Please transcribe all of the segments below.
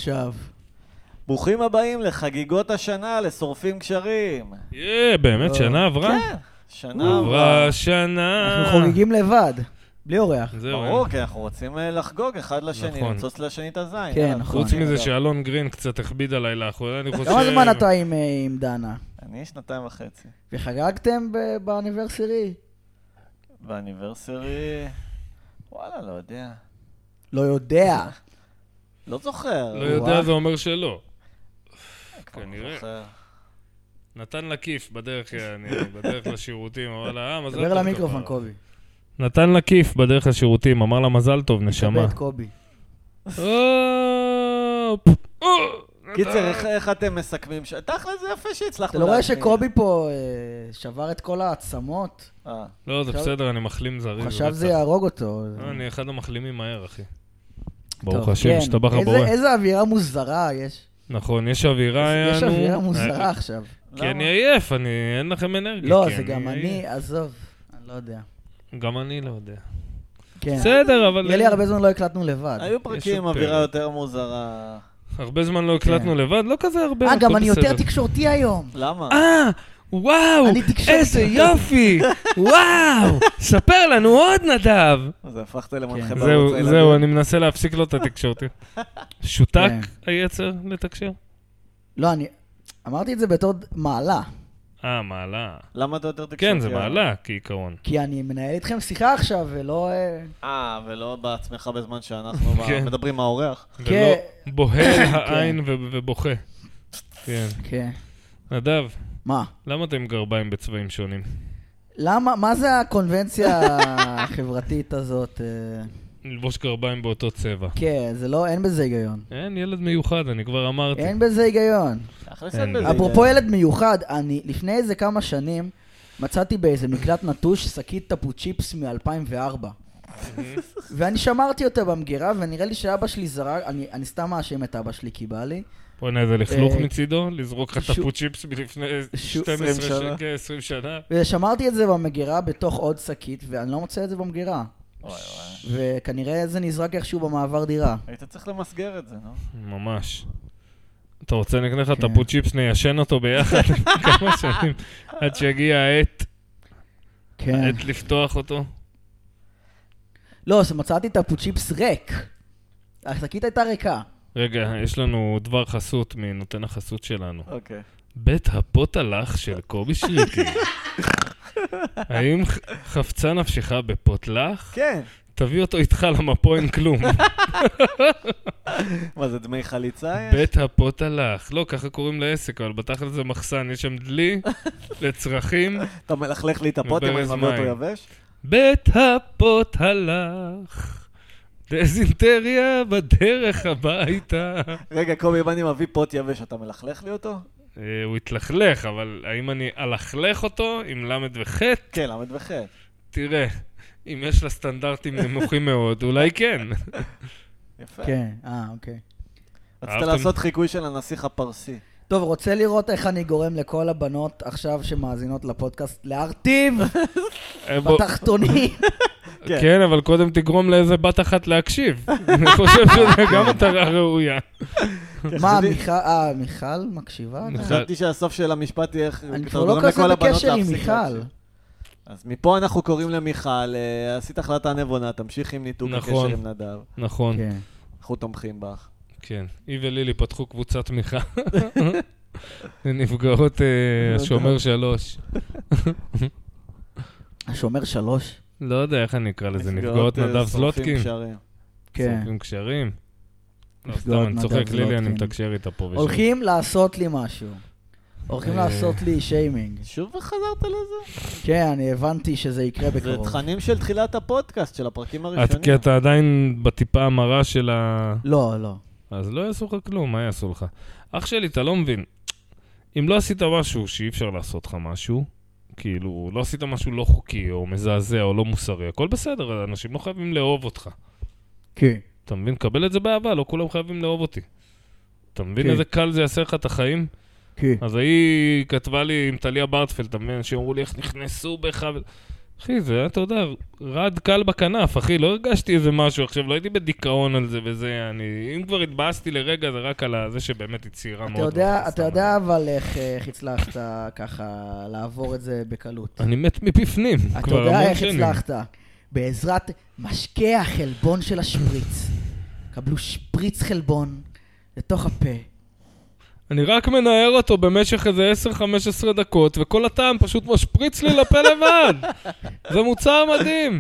עכשיו. ברוכים הבאים לחגיגות השנה, לשורפים קשרים. באמת, שנה עברה? כן, שנה עברה שנה. אנחנו חוגגים לבד, בלי אורח. ברור, כי אנחנו רוצים לחגוג אחד לשני, למצוץ לשני את הזין. כן, נכון. חוץ מזה שאלון גרין קצת הכביד עליי לאחרונה, אני חושב... כמה זמן אתה עם דנה? אני 2.5. וחגגתם באניברסרי? באניברסרי... וואלה, לא יודע. לא יודע. לא זוכר. לא יודע, זה אומר שלא. כנראה. נתן לכיף בדרך לשירותים, אמר לה, מזל טוב. דבר למיקרופון, קובי. נתן לכיף בדרך לשירותים, אמר לה, מזל טוב, נשמה. תקבל את קובי. קיצר, איך אתם מסכמים? תכל'ס זה יפה שהצלחנו. אתה לא רואה שקובי פה שבר את כל העצמות? לא, זה בסדר, אני מחלים זריז. חשב זה יהרוג אותו. אני אחד המחלימים מהר, אחי. ברוך השם, שתבח הבורא. איזה אווירה מוזרה יש. נכון, יש אווירה... יש אווירה מוזרה עכשיו. כי אני עייף, אין לכם אנרגיה. לא, זה גם אני, עזוב, אני לא יודע. גם אני לא יודע. כן. בסדר, אבל... יהיה לי הרבה זמן לא הקלטנו לבד. היו פרקים עם אווירה יותר מוזרה. הרבה זמן לא הקלטנו לבד, לא כזה הרבה. גם אני יותר תקשורתי היום. למה? וואו, איזה יופי. וואו, ספר לנו עוד נדב. אז הפכת למנחה בערוץ הילדים. זהו, אני מנסה להפסיק לו את התקשורתי. שותק היצר לתקשר? לא, אני אמרתי את זה בתור מעלה. מעלה. למה אתה יותר תקשורתי? כן, זה מעלה, כעיקרון. כי אני מנהל איתכם שיחה עכשיו, ולא... ולא בעצמך בזמן שאנחנו מדברים עם האורח. ולא בוהה העין ובוכה. כן. כן. נדב. מה? למה אתם עם גרביים בצבעים שונים? למה? מה זה הקונבנציה החברתית הזאת? ללבוש גרביים באותו צבע. כן, זה לא, אין בזה היגיון. אין ילד מיוחד, אני כבר אמרתי. אין בזה היגיון. אפרופו ילד מיוחד, אני לפני איזה כמה שנים מצאתי באיזה מקלט נטוש שקית טפו צ'יפס מ-2004. ואני שמרתי אותה במגירה, ונראה לי שאבא שלי זרק, אני סתם מאשים את אבא שלי כי בא לי. פה אין איזה לכלוך מצידו, לזרוק לך טפו צ'יפס מלפני 20 שנה. ושמרתי את זה במגירה בתוך עוד שקית, ואני לא מוצא את זה במגירה. וכנראה זה נזרק איכשהו במעבר דירה. היית צריך למסגר את זה, לא? ממש. אתה רוצה נקנה לך טפו צ'יפס, ניישן אותו ביחד כמה שנים, עד שיגיע העת לפתוח אותו. לא, אז מצאתי טפו צ'יפס ריק. השקית הייתה ריקה. רגע, יש לנו דבר חסות מנותן החסות שלנו. אוקיי. בית הפות הלך של קובי שריקי. האם חפצה נפשך בפוטלח? כן. תביא אותו איתך למפו אין כלום. מה זה, דמי חליצה? בית הפות הלך. לא, ככה קוראים לעסק, אבל בתכל'ס זה מחסן. יש שם דלי לצרכים. אתה מלכלך לי את הפות אם אני מביא אותו יבש? בית הפות הלך. דזינטריה בדרך הביתה. רגע, קובי, אם אני מביא פות יבש, אתה מלכלך לי אותו? הוא יתלכלך, אבל האם אני אלכלך אותו עם למד וחט? כן, למד וחט. תראה, אם יש לה סטנדרטים נמוכים מאוד, אולי כן. יפה. כן, אוקיי. רצית לעשות חיקוי של הנסיך הפרסי. טוב, רוצה לראות איך אני גורם לכל הבנות עכשיו שמאזינות לפודקאסט להרטיב בתחתונים. כן, אבל קודם תגרום לאיזה בת אחת להקשיב. אני חושב שזה גם מטרה ראויה. מה, מיכל מקשיבה? חשבתי שהסוף של המשפט יהיה... אני כבר לא כזה בקשר עם מיכל. אז מפה אנחנו קוראים למיכל, עשית החלטה נבונה, תמשיך עם ניתוק הקשר עם נדב. נכון. אנחנו תומכים בך. כן, היא ולילי פתחו קבוצת תמיכה. נפגעות השומר 3. השומר 3? לא יודע איך אני אקרא לזה, נפגעות נדב זלוטקין. כן. שורפים קשרים. לא, סתם, אני צוחק, לילי, אני מתקשר איתה פה ושם. הולכים לעשות לי משהו. הולכים לעשות לי שיימינג. שוב חזרת לזה? כן, אני הבנתי שזה יקרה בקרוב. זה תכנים של תחילת הפודקאסט, של הפרקים הראשונים. כי אתה עדיין בטיפה המרה של לא, לא. אז לא יעשו לך כלום, מה יעשו לך? אח שלי, אתה לא מבין. אם לא עשית משהו שאי אפשר לעשות לך משהו, כאילו, לא עשית משהו לא חוקי, או מזעזע, או לא מוסרי, הכל בסדר, אנשים לא חייבים לאהוב אותך. כן. אתה מבין? קבל את זה באהבה, לא כולם חייבים לאהוב אותי. אתה מבין איזה קל זה יעשה לך את החיים? כן. אז היא כתבה לי עם טליה ברטפלד, אתה מבין, שאומרו לי איך נכנסו בך, אחי, זה, אתה יודע, רד קל בכנף, אחי, לא הרגשתי איזה משהו עכשיו, לא הייתי בדיכאון על זה וזה, אם כבר התבאסתי לרגע, זה רק על זה שבאמת היא צעירה מאוד. אתה יודע אבל איך הצלחת ככה לעבור את זה בקלות. אני מת מפפנים, אתה יודע איך הצלחת? בעזרת משקה החלבון של השפריץ. קבלו שפריץ חלבון לתוך הפה. אני רק מנער אותו במשך איזה 10-15 דקות, וכל הטעם פשוט משפריץ לי לפה לבד. זה מוצר מדהים.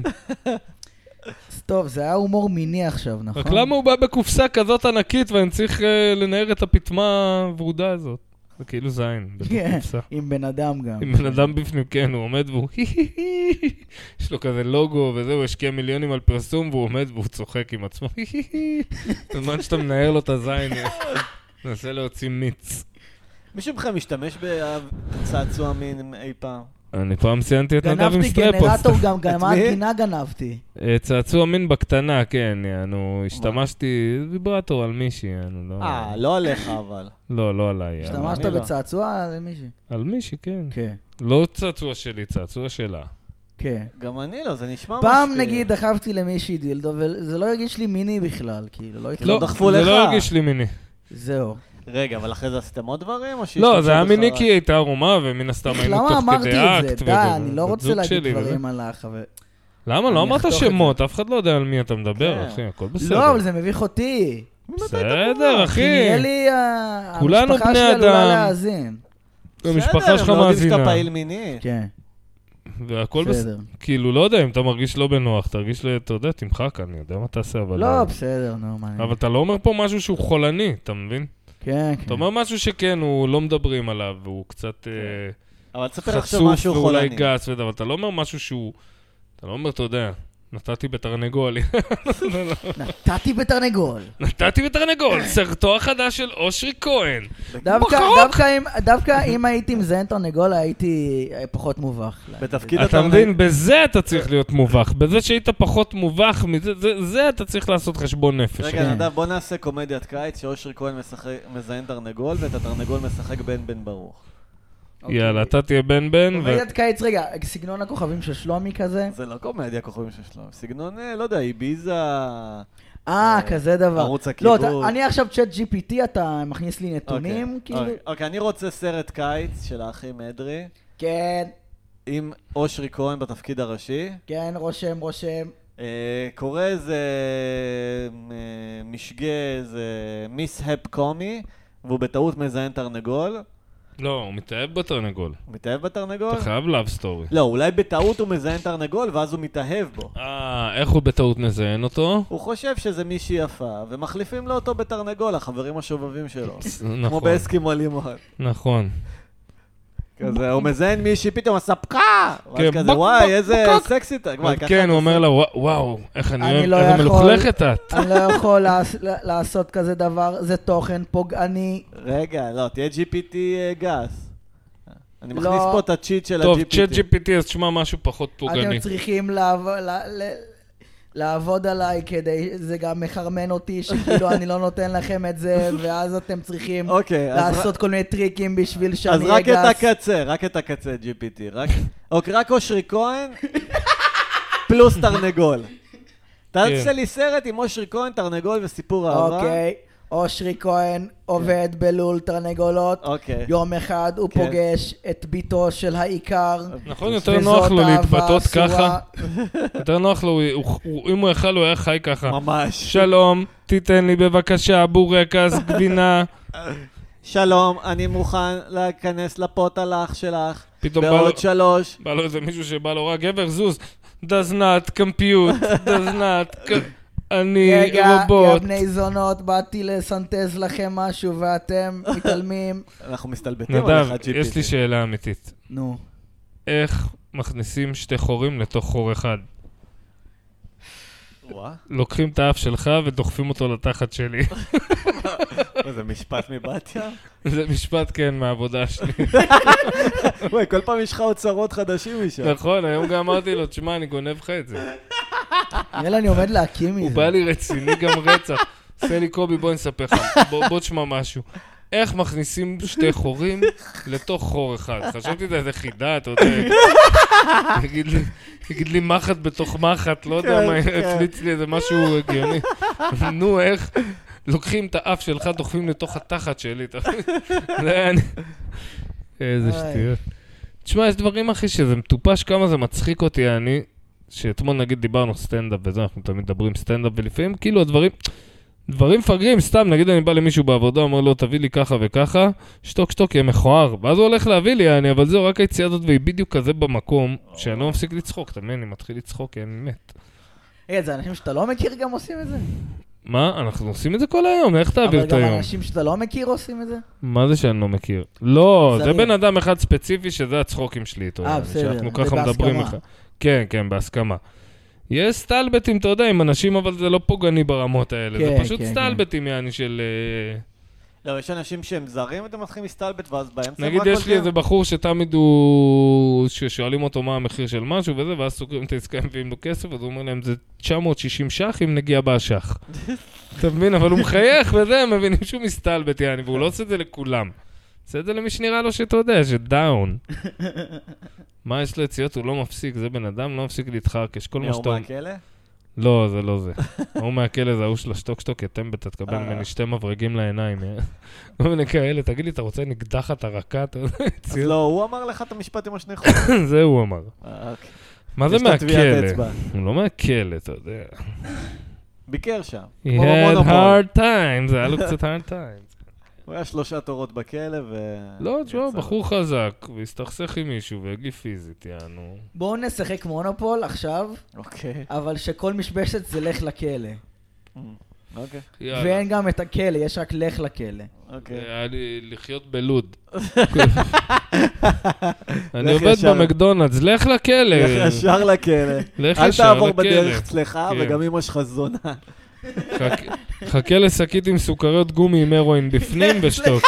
טוב, זה היה הומור מיני עכשיו, נכון? רק למה הוא בא בקופסה כזאת ענקית, ואני צריך לנער את הפתמה הוורודה הזאת? זה כאילו זין, בקופסה. עם בן אדם גם. עם בן אדם בפנים, כן, הוא עומד והוא יש לו כזה לוגו וזה, הוא השקיע מיליונים על פרסום, והוא עומד והוא צוחק עם עצמו. בזמן שאתה מנער לו את הזין, ננסה להוציא מיץ. מישהו מכם משתמש בצעצוע מין אי פעם? אני פעם ציינתי את נדב עם סטרפוס. גנבתי גנרטור, גם הגינה גנבתי. צעצוע מין בקטנה, כן, השתמשתי ויברטור על מישהי. לא עליך אבל. לא עליי. השתמשת בצעצוע על מישהי? על מישהי, כן. כן. לא צעצוע שלי, צעצוע שלה. כן. גם אני לא, זה נשמע משפיע. פעם נגיד דחפתי למישהי דילדו, וזה לא הרגיש לי מיני בכלל, כאילו, לא דחפו לך. זה לא הרגיש לי מיני. זהו. רגע, אבל אחרי זה עשיתם עוד דברים? לא, זה היה מיני כי היא הייתה ערומה, ומן הסתם היינו תוך כדי אקט. די, אני לא רוצה להגיד דברים על החבר. למה? לא אמרת שמות, אף אחד לא יודע על מי אתה מדבר, אחי, הכל בסדר. לא, אבל זה מביך אותי. בסדר, אחי. נראה לי, כולנו המשפחה בני שלי עלולה אדם. להאזין. המשפחה שלך מאזינה. לא יודעים מאזינה. שאתה פעיל מיני. כן. והכל בסדר. כאילו, לא יודע, אם אתה מרגיש לא בנוח, תרגיש אתה יודע, תמחק, אני יודע מה תעשה, אבל... לא, בסדר, נו, מה... אבל אתה לא אומר פה משהו שהוא חולני, אתה מבין? כן, כן. אתה אומר משהו שכן, הוא לא מדברים עליו, והוא קצת חצוף ואולי גס, אבל אתה לא אומר משהו שהוא... אתה לא אומר, אתה יודע, נתתי בתרנגול. נתתי בתרנגול, סרטו החדש של אושרי כהן. דווקא אם הייתי מזיין תרנגול, הייתי פחות מובך. אתה מבין, בזה אתה צריך להיות מובך. בזה שהיית פחות מובך, זה אתה צריך לעשות חשבון נפש. רגע, נדב, בוא נעשה קומדיית קיץ, שאושרי כהן מזיין תרנגול, ואת התרנגול משחק בן ברוך. יאללה, אתה תהיה בן. קומדיית קיץ, רגע, סגנון הכוכבים של שלומי כזה? זה לא קומדיה הכוכבים של שלומי, סגנון, לא יודע, איביזה... כזה דבר. ערוץ הכיבוד. לא, אני עכשיו צ'אט GPT, אתה מכניס לי נתונים, כאילו... אוקיי, אני רוצה סרט קיץ של האחים אדרי. כן. עם אושרי כהן בתפקיד הראשי. כן, רושם. קורא איזה משגה, איזה מיס-הפ קומי, והוא בטעות מזיין תרנגול. לא, הוא מתאהב בתרנגול. הוא מתאהב בתרנגול? אתה חייב love story. לא, אולי בטעות הוא מזיין תרנגול, ואז הוא מתאהב בו. איך הוא בטעות מזיין אותו? הוא חושב שזה מישהי יפה, ומחליפים לו אותו בתרנגול, החברים השובבים שלו. נכון. כמו באסקימו לימון. נכון. כזה, הוא מזיין מישהי, פתאום הספקה! ואז כזה, וואי, איזה סקסית. כן, הוא אומר לה, וואו, איך אני אוהב, איזה מלוכלכת את. אני לא יכול לעשות כזה דבר, זה תוכן פוגעני. רגע, לא, תהיה GPT גס. אני מכניס פה את הצ'יט של ה-GPT. טוב, צ'אט GPT, אז תשמע משהו פחות פוגעני. אתם צריכים לעבוד עליי כדי, זה גם מחרמן אותי, שכאילו אני לא נותן לכם את זה, ואז אתם צריכים לעשות כל מיני טריקים בשביל שאני אהיה גס. אז רק את הקצה, GPT. רק אושרי כהן, פלוס תרנגול. תעשה לי סרט עם אושרי כהן, תרנגול וסיפור אהבה. אוקיי. אושרי כהן עובד בלול תרנגולות, יום אחד הוא פוגש את ביתו של העיקר. נכון, יותר נוח לו להתבטאות ככה. יותר נוח לו, אם הוא יכל, הוא היה חי ככה. ממש. שלום, תיתן לי בבקשה בורקס גבינה. שלום, אני מוכן להיכנס לפות הלך שלך. בעוד 3. בא לו איזה מישהו שבא לו רק גבר זוז. does not compute, does not... אני רובוט. רגע, בני זונות, באתי לסנטז לכם משהו ואתם מתעלמים. אנחנו מסתלבטים על אחד GPT. נדב, יש לי שאלה אמיתית. נו. איך מכניסים שתי חורים לתוך חור אחד? לוקחים את האף שלך ודוחפים אותו לתחת שלי. זה משפט מבטיה? זה משפט, כן, מהעבודה שלי. וואי, כל פעם יש לך אוצרות חדשים משם. נכון, היום גם אמרתי לו, תשמע, אני גונב לך את זה. יאללה, אני עומד להקים מזה. הוא בא לי רציני גם רצח. עושה לי קובי, בוא נספר לך. בוא תשמע משהו. איך מכניסים שתי חורים לתוך חור אחד. חשבתי את זה חידה, אתה יודע. תגיד לי מחט בתוך מחט, לא יודע מה, הפליץ לי איזה משהו הגיוני. נו, איך לוקחים את האף שלך, דוחפים לתוך התחת שלי. זה היה אני... איזה שטויות. תשמע, יש דברים, אחי, שזה מטופש כמה זה מצחיק אותי, אני, שאתמול נגיד דיברנו סטנדאפ וזה, אנחנו תמיד מדברים סטנדאפ, ולפעמים כאילו דברים מפגרים, סתם, נגיד אני בא למישהו בעבודה, אומר לו, תביא לי ככה וככה, שתוק, יהיה מכוער, ואז הוא הולך להביא לי, אבל זהו, רק היציאה הזאת, והיא בדיוק כזה במקום, שאני לא מפסיק לצחוק, אתה מבין, אני מתחיל לצחוק, אני מת. זה אנשים שאתה לא מכיר גם עושים את זה? מה? אנחנו עושים את זה כל היום, איך תעביר את היום? אבל גם אנשים שאתה לא מכיר עושים את זה? מה זה שאני לא מכיר? לא, זה בן אדם אחד ספציפי שזה הצחוקים שלי איתו. בסדר, זה בהסכמה. כן, בהסכמה. יש סטלבטים, אתה יודע, עם אנשים, אבל זה לא פוגעני ברמות האלה. זה פשוט סטלבטים, יעני, של... לא, יש אנשים שהם זרים, אתם מתחילים מסטלבט, ואז באמצע... נגיד, יש לי איזה בחור שתמיד הוא... ששואלים אותו מה המחיר של משהו וזה, ואז סוגרים את העסקה, מביאים לו כסף, אז הוא אומר להם, זה 960 שח אם נגיע באשך. אתה מבין, אבל הוא מחייך וזה, הם מבינים שהוא מסטלבט, יעני, והוא לא עושה את זה לכולם. עושה את זה למי שנראה לו שאתה יודע, שדאון. מה יש לו יציאות? הוא לא מפסיק, זה בן אדם, לא מפסיק להתחרקש, כל מה שאתה... הוא מהכלא? לא, זה לא זה. הוא מהכלא, זה ההוא של השטוק, יתם אתה תקבל ממני שתי מברגים לעיניים. לא מיני כאלה, תגיד לי, אתה רוצה נקדח את הרקה? אז לא, הוא אמר לך את המשפט עם השני חורים. זה הוא אמר. מה זה מהכלא? הוא לא מהכלא, אתה יודע. ביקר שם. He had hard times, זה היה לו קצת hard times. הוא היה 3 תורות בכלא ו... לא, תשמע, בחור חזק, והסתכסך עם מישהו והגיע פיזית, יענו. בואו נשחק מונופול עכשיו, אבל שכל משבשת זה לך לכלא. ואין גם את הכלא, יש רק לך לכלא. היה לי לחיות בלוד. אני עובד במקדונלדס, לך לכלא. לך ישר לכלא. אל תעבור בדרך אצלך, וגם אמא שלך זונה. חכה לשקית עם סוכריות גומי עם הרואין בפנים ושתוק.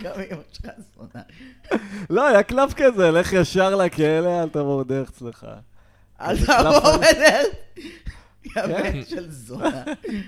לא, היה קלף כזה, לך ישר לכלא, אל תעבור דרך אצלך. אל תעבור בדרך. יא בן של זונה.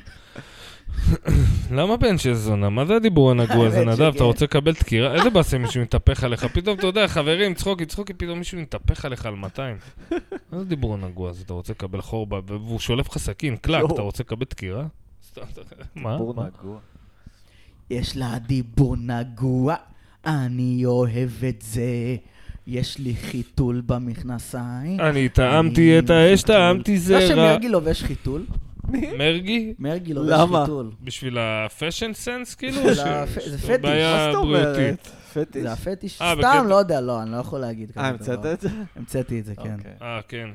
למה בן של זונה? מה זה הדיבור הנגוע הזה, נדב? אתה רוצה לקבל תקירה? איזה בעשה מישהו מתהפך עליך? פתאום, אתה יודע, חברים, צחוקי, פתאום מישהו מתהפך עליך על 200. מה זה דיבור הנגוע הזה? אתה רוצה לקבל חור, והוא שולף לך סכין, קלק, אתה רוצה לקבל תקירה? מה? דיבור נגוע. יש לה דיבור נגוע, אני אוהב את זה. יש לי חיתול במכנסיים. אני טעמתי את האש, טעמתי זרע. לא שמרגי לובש חיתול? מרגי? מרגי לובש חיתול. בשביל הפשן סנס, כאילו? זה פטיש. מה זאת אומרת? פטיש? זה הפטיש. סתם, לא יודע, לא, אני לא יכול להגיד. המצאת את זה? המצאתי את זה, כן. כן.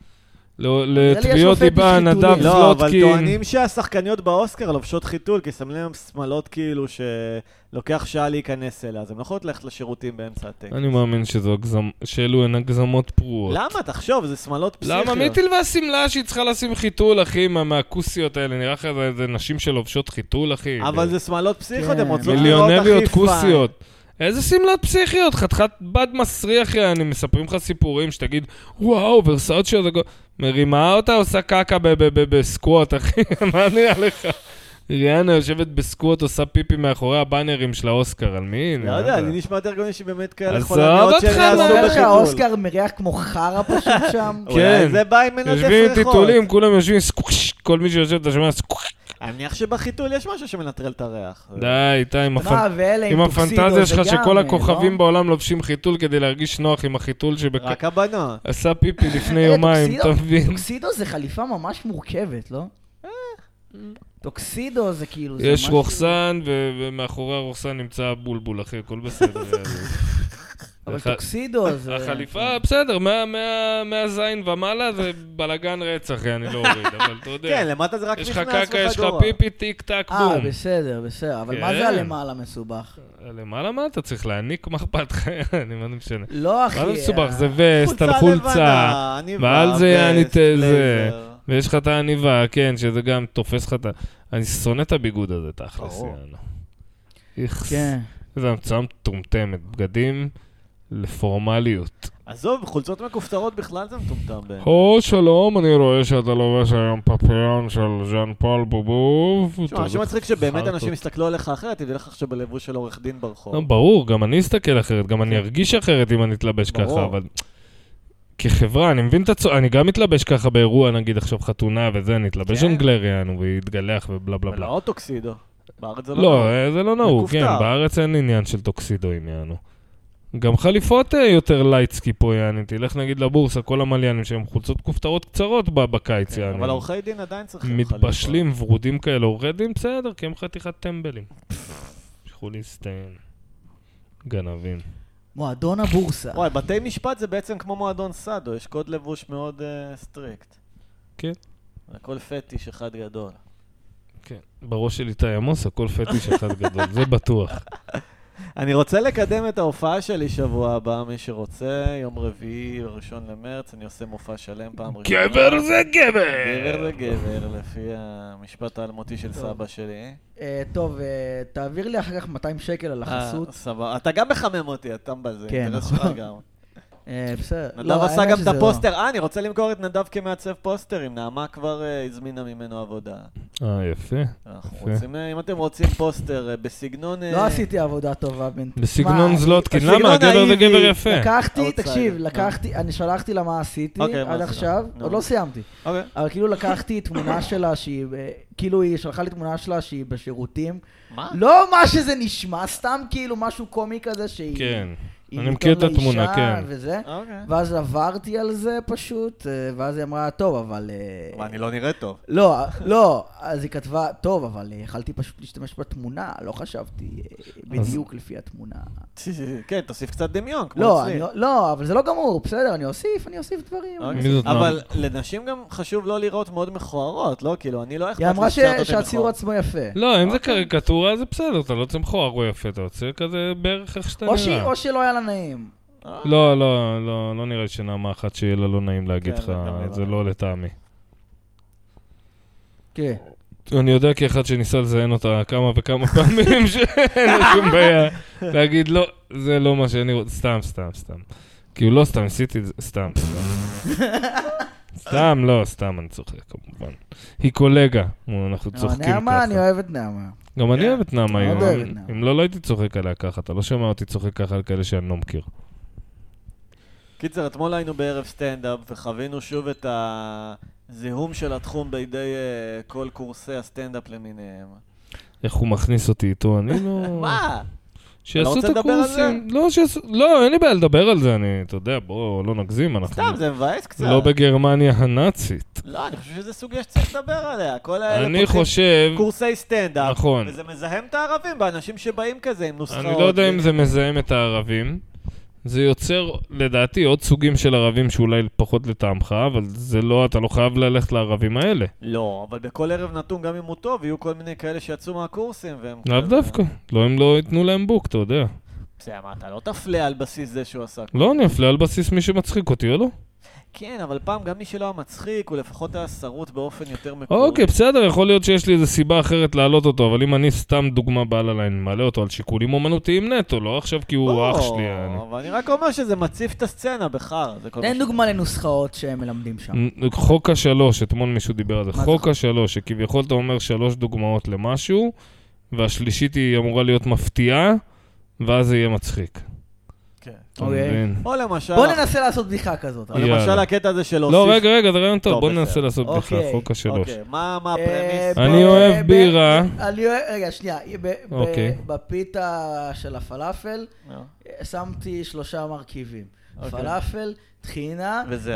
לתביעות דיבה, נדב זלוטקין. לא, אבל טוענים שהשחקניות באוסקר לובשות חיתול, כי שמים להם שמלות כאילו שלוקח שעה להיכנס אליה, אז הם לא יכולות ללכת לשירותים באמצע הטקסט. אני מאמין שאלו הן הגזמות פרועות. למה? תחשוב, זה שמלות פסיכיות. למה? מי תלווה סמלה שהיא צריכה לשים חיתול, אחי, מהכוסיות האלה? נראה לך זה נשים שלובשות חיתול, אחי. אבל זה שמלות פסיכיות, הן רוצות לראות הכי כוסיות. איזה סמלות פסיכיות? חתיכת בד מסריח, אני מספרים לך סיפורים שתגיד, וואו, ורסאצ'ה, מרימה אותה, עושה קקה בסקווט, אחי, מה נראה לך? ריאנה יושבת בסקווט, עושה פיפי מאחורי הבאנרים של האוסקר, על מי? לא יודע, אני נשמע יותר גוני שבאמת כאלה חולניות שיעשו בחיתול. שהאוסקר מריח כמו חרה פשוט שם. כן, זה בא עם מנדף ריחות. יושבים עם טיטולים, כולם יושבים סקווש, כל מי שיושב אתה שומע סקווש. אני מניח שבחיתול יש משהו שמנטרל את הריח. די, איתי, עם הפנטזיה שלך שכל הכוכבים בעולם לובשים חיתול כדי להרגיש נוח עם החיתול רק הבנות. עשה פיפי לפני יומיים, אתה מבין? טוקסידו זה חליפה ממש מורכבת, לא? טוקסידו זה כאילו... יש רוחסן ומאחורי הרוחסן נמצא בולבול, אחי, הכל בסדר. אבל טוקסידו זה... החליפה, בסדר, מהזין ומעלה זה בלגן רצח, אני לא אוריד, אבל אתה יודע. כן, למטה זה רק יש נכנס לך קקה, יש לך פיפי, טיק, טק, בום. בסדר, אבל מה זה הלמעלה מסובך? למעלה מה אתה צריך להעניק מחפת חיי? אני מה משנה. לא, אחי. מה זה מסובך? זה וסט על חולצה, ועל זה יענית זה, ויש לך את העניבה, כן, שזה גם תופס לך את ה... אני שונא את הביגוד הזה, תכלס, יענו. כן. זה המצאה מטומטמת, בגדים לפורמליות. עזוב, חולצות מכופתרות בכלל זה מטומטם בין. שלום, אני רואה שאתה לובש היום פפיון של ז'אן פול בובוב. תשמע, שמצחיק שבאמת אנשים יסתכלו עליך אחרת, תביא לך עכשיו בלבוש של עורך דין ברחוב. ברור, גם אני אסתכל אחרת, גם אני ארגיש אחרת אם אני אתלבש ככה, אבל כחברה, אני מבין את אני גם מתלבש ככה באירוע, נגיד עכשיו חתונה וזה, אני אתלבש אנגלריאן ויתגלח ובלה בלה בלה. לא טוקסידו. בארץ זה לא נהוג. לא, זה לא נהוג, כן, בארץ אין עניין של טוקסידו עם יענו. גם חליפות יותר לייטסקי פה, יעני, תלך נגיד לבורסה, כל המליינים שהם חולצות כופתרות קצרות בקיץ, יעני. אבל עורכי דין עדיין צריכים חליפות. מתבשלים, ורודים כאלה, עורכי דין בסדר, כי הם חתיכת טמבלים. שכו להסתיין. גנבים. מועדון הבורסה. וואי, בתי משפט זה בעצם כמו מועדון סאדו, יש קוד לבוש מאוד סטריקט. כן. הכל פטיש אחד גדול. כן, בראש שלי תאי עמוס, הכל פטיש אחד גדול, זה בטוח. אני רוצה לקדם את ההופעה שלי שבוע הבא, מי שרוצה, יום רביעי, 1 למרץ, אני עושה מופע שלם פעם ראשונה. גבר זה גבר! גבר זה גבר, לפי המשפט האלמותי של סבא שלי. טוב, תעביר לי אחר כך 200 שקל על החסות. סבבה, אתה גם מחמם אותי, אתה בזה, אינטרס שלך גם. בסדר. נדב עשה גם את הפוסטר, אני רוצה למכור את נדב כמעצב פוסטרים, נעמה כבר הזמינה ממנו עבודה. יפה. אנחנו רוצים, אם אתם רוצים פוסטר בסגנון... לא עשיתי עבודה טובה. בסגנון זלוטקין, למה? גבר זה גבר יפה. לקחתי, אני שלחתי לה מה עשיתי עד עכשיו, עוד לא סיימתי. אבל כאילו לקחתי תמונה שלה שהיא, כאילו היא שלחה לי תמונה שלה שהיא בשירותים. מה? לא מה שזה נשמע, סתם כאילו משהו קומי כזה שהיא... כן. אני מכיר את התמונה, כן. וזה, ואז עברתי על זה פשוט, ואז היא אמרה, טוב, אבל... אני לא נראה טוב. לא, אז היא כתבה, טוב, אבל יכלתי פשוט להשתמש בתמונה, לא חשבתי בדיוק לפי התמונה. כן, תוסיף קצת דמיון, כמו אצלי. לא, אבל זה לא גמור, בסדר, אני אוסיף דברים. אבל לנשים גם חשוב לא לראות מאוד מכוערות, לא? כאילו, אני לא אכפת היא אמרה שהציור עצמו יפה. לא, אם זה קריקטורה זה בסדר, אתה לא רוצה מכוער או יפה, אתה רוצה כזה בערך איך שאתה נראה. או שלא היה לה נעים. לא נראה שנעמה אחת שיהיה לה לא נעים להגיד לך, זה לא לטעמי. כן. אני יודע כאחד שניסה לזיין אותה כמה וכמה פעמים שאין לו שום בעיה להגיד לא, זה לא מה שאני רוצה, סתם. כאילו לא סתם, עשיתי את זה, סתם. סתם, אני צוחק כמובן. היא קולגה, אנחנו צוחקים ככה. נעמה, אני אוהב את נעמה. גם אני אוהב את נעמה, אם לא הייתי צוחק עליה ככה, אתה לא שמע אותי צוחק ככה על כאלה שאני לא מכיר. קיצר, אתמול היינו בערב סטנדאפ וחווינו שוב את הזיהום של התחום בידי כל קורסי הסטנדאפ למיניהם. איך הוא מכניס אותי איתו, אני לא... מה? שיעשו את הקורסים. לא, אין לי בעיה לדבר על זה, אתה יודע, בואו לא נגזים. סתם, זה מבאס קצת. לא בגרמניה הנאצית. לא, אני חושב שזה סוגיה שצריך לדבר עליה. אני חושב... קורסי סטנדאפ. נכון. וזה מזהם את הערבים, באנשים שבאים כזה עם נוסחאות. אני לא יודע אם זה מזהם את הערבים. זה יוצר, לדעתי, עוד סוגים של ערבים שאולי פחות לטעמך, אבל זה לא, אתה לא חייב ללכת לערבים האלה. לא, אבל בכל ערב נתון, גם אם הוא טוב, יהיו כל מיני כאלה שיצאו מהקורסים, והם... לאו דווקא, לא, הם לא ייתנו להם בוק, אתה יודע. זה מה, אתה לא תפלה על בסיס זה שהוא עשה. לא, אני אפלה על בסיס מי שמצחיק אותי, או לא? כן, אבל פעם גם מי שלא המצחיק, הוא לפחות היה שרוט באופן יותר מקורי. אוקיי, בסדר, יכול להיות שיש לי איזו סיבה אחרת להעלות אותו, אבל אם אני סתם דוגמה בעל עליי, אני מעלה אותו על שיקולים אומנותיים נטו, לא עכשיו כי הוא אח שלי. אבל אני רק אומר שזה מציף את הסצנה בחר. תן דוגמה לנוסחאות שהם מלמדים שם. חוק ה3, אתמול מישהו דיבר על זה. חוק ה3, שכביכול אתה אומר 3 דוגמאות למשהו, והשלישית היא אמורה להיות מפתיעה, ואז זה יהיה מצחיק. או למשל... בוא ננסה לעשות בדיחה כזאת. או למשל הקטע הזה של לא, רגע, זה רעיון טוב, בוא ננסה לעשות בדיחה, חוק ה3. מה הפרמיס? אני אוהב בירה. רגע, שנייה, בפיתה של הפלאפל שמתי 3 מרכיבים. פלאפל, טחינה, וזהו.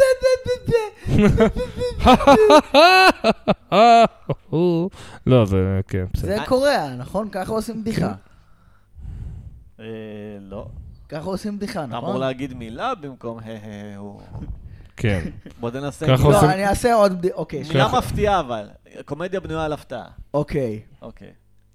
לא, זה כן, בסדר. זה קוריאה, נכון? ככה עושים בדיחה. לא. ככה עושים בדיחה, נכון? אמור להגיד מילה במקום כן. בוא ננסה. לא, אני אעשה עוד בדיחה, אוקיי. מילה מפתיעה אבל. קומדיה בנויה על הפתעה. אוקיי. אוקיי.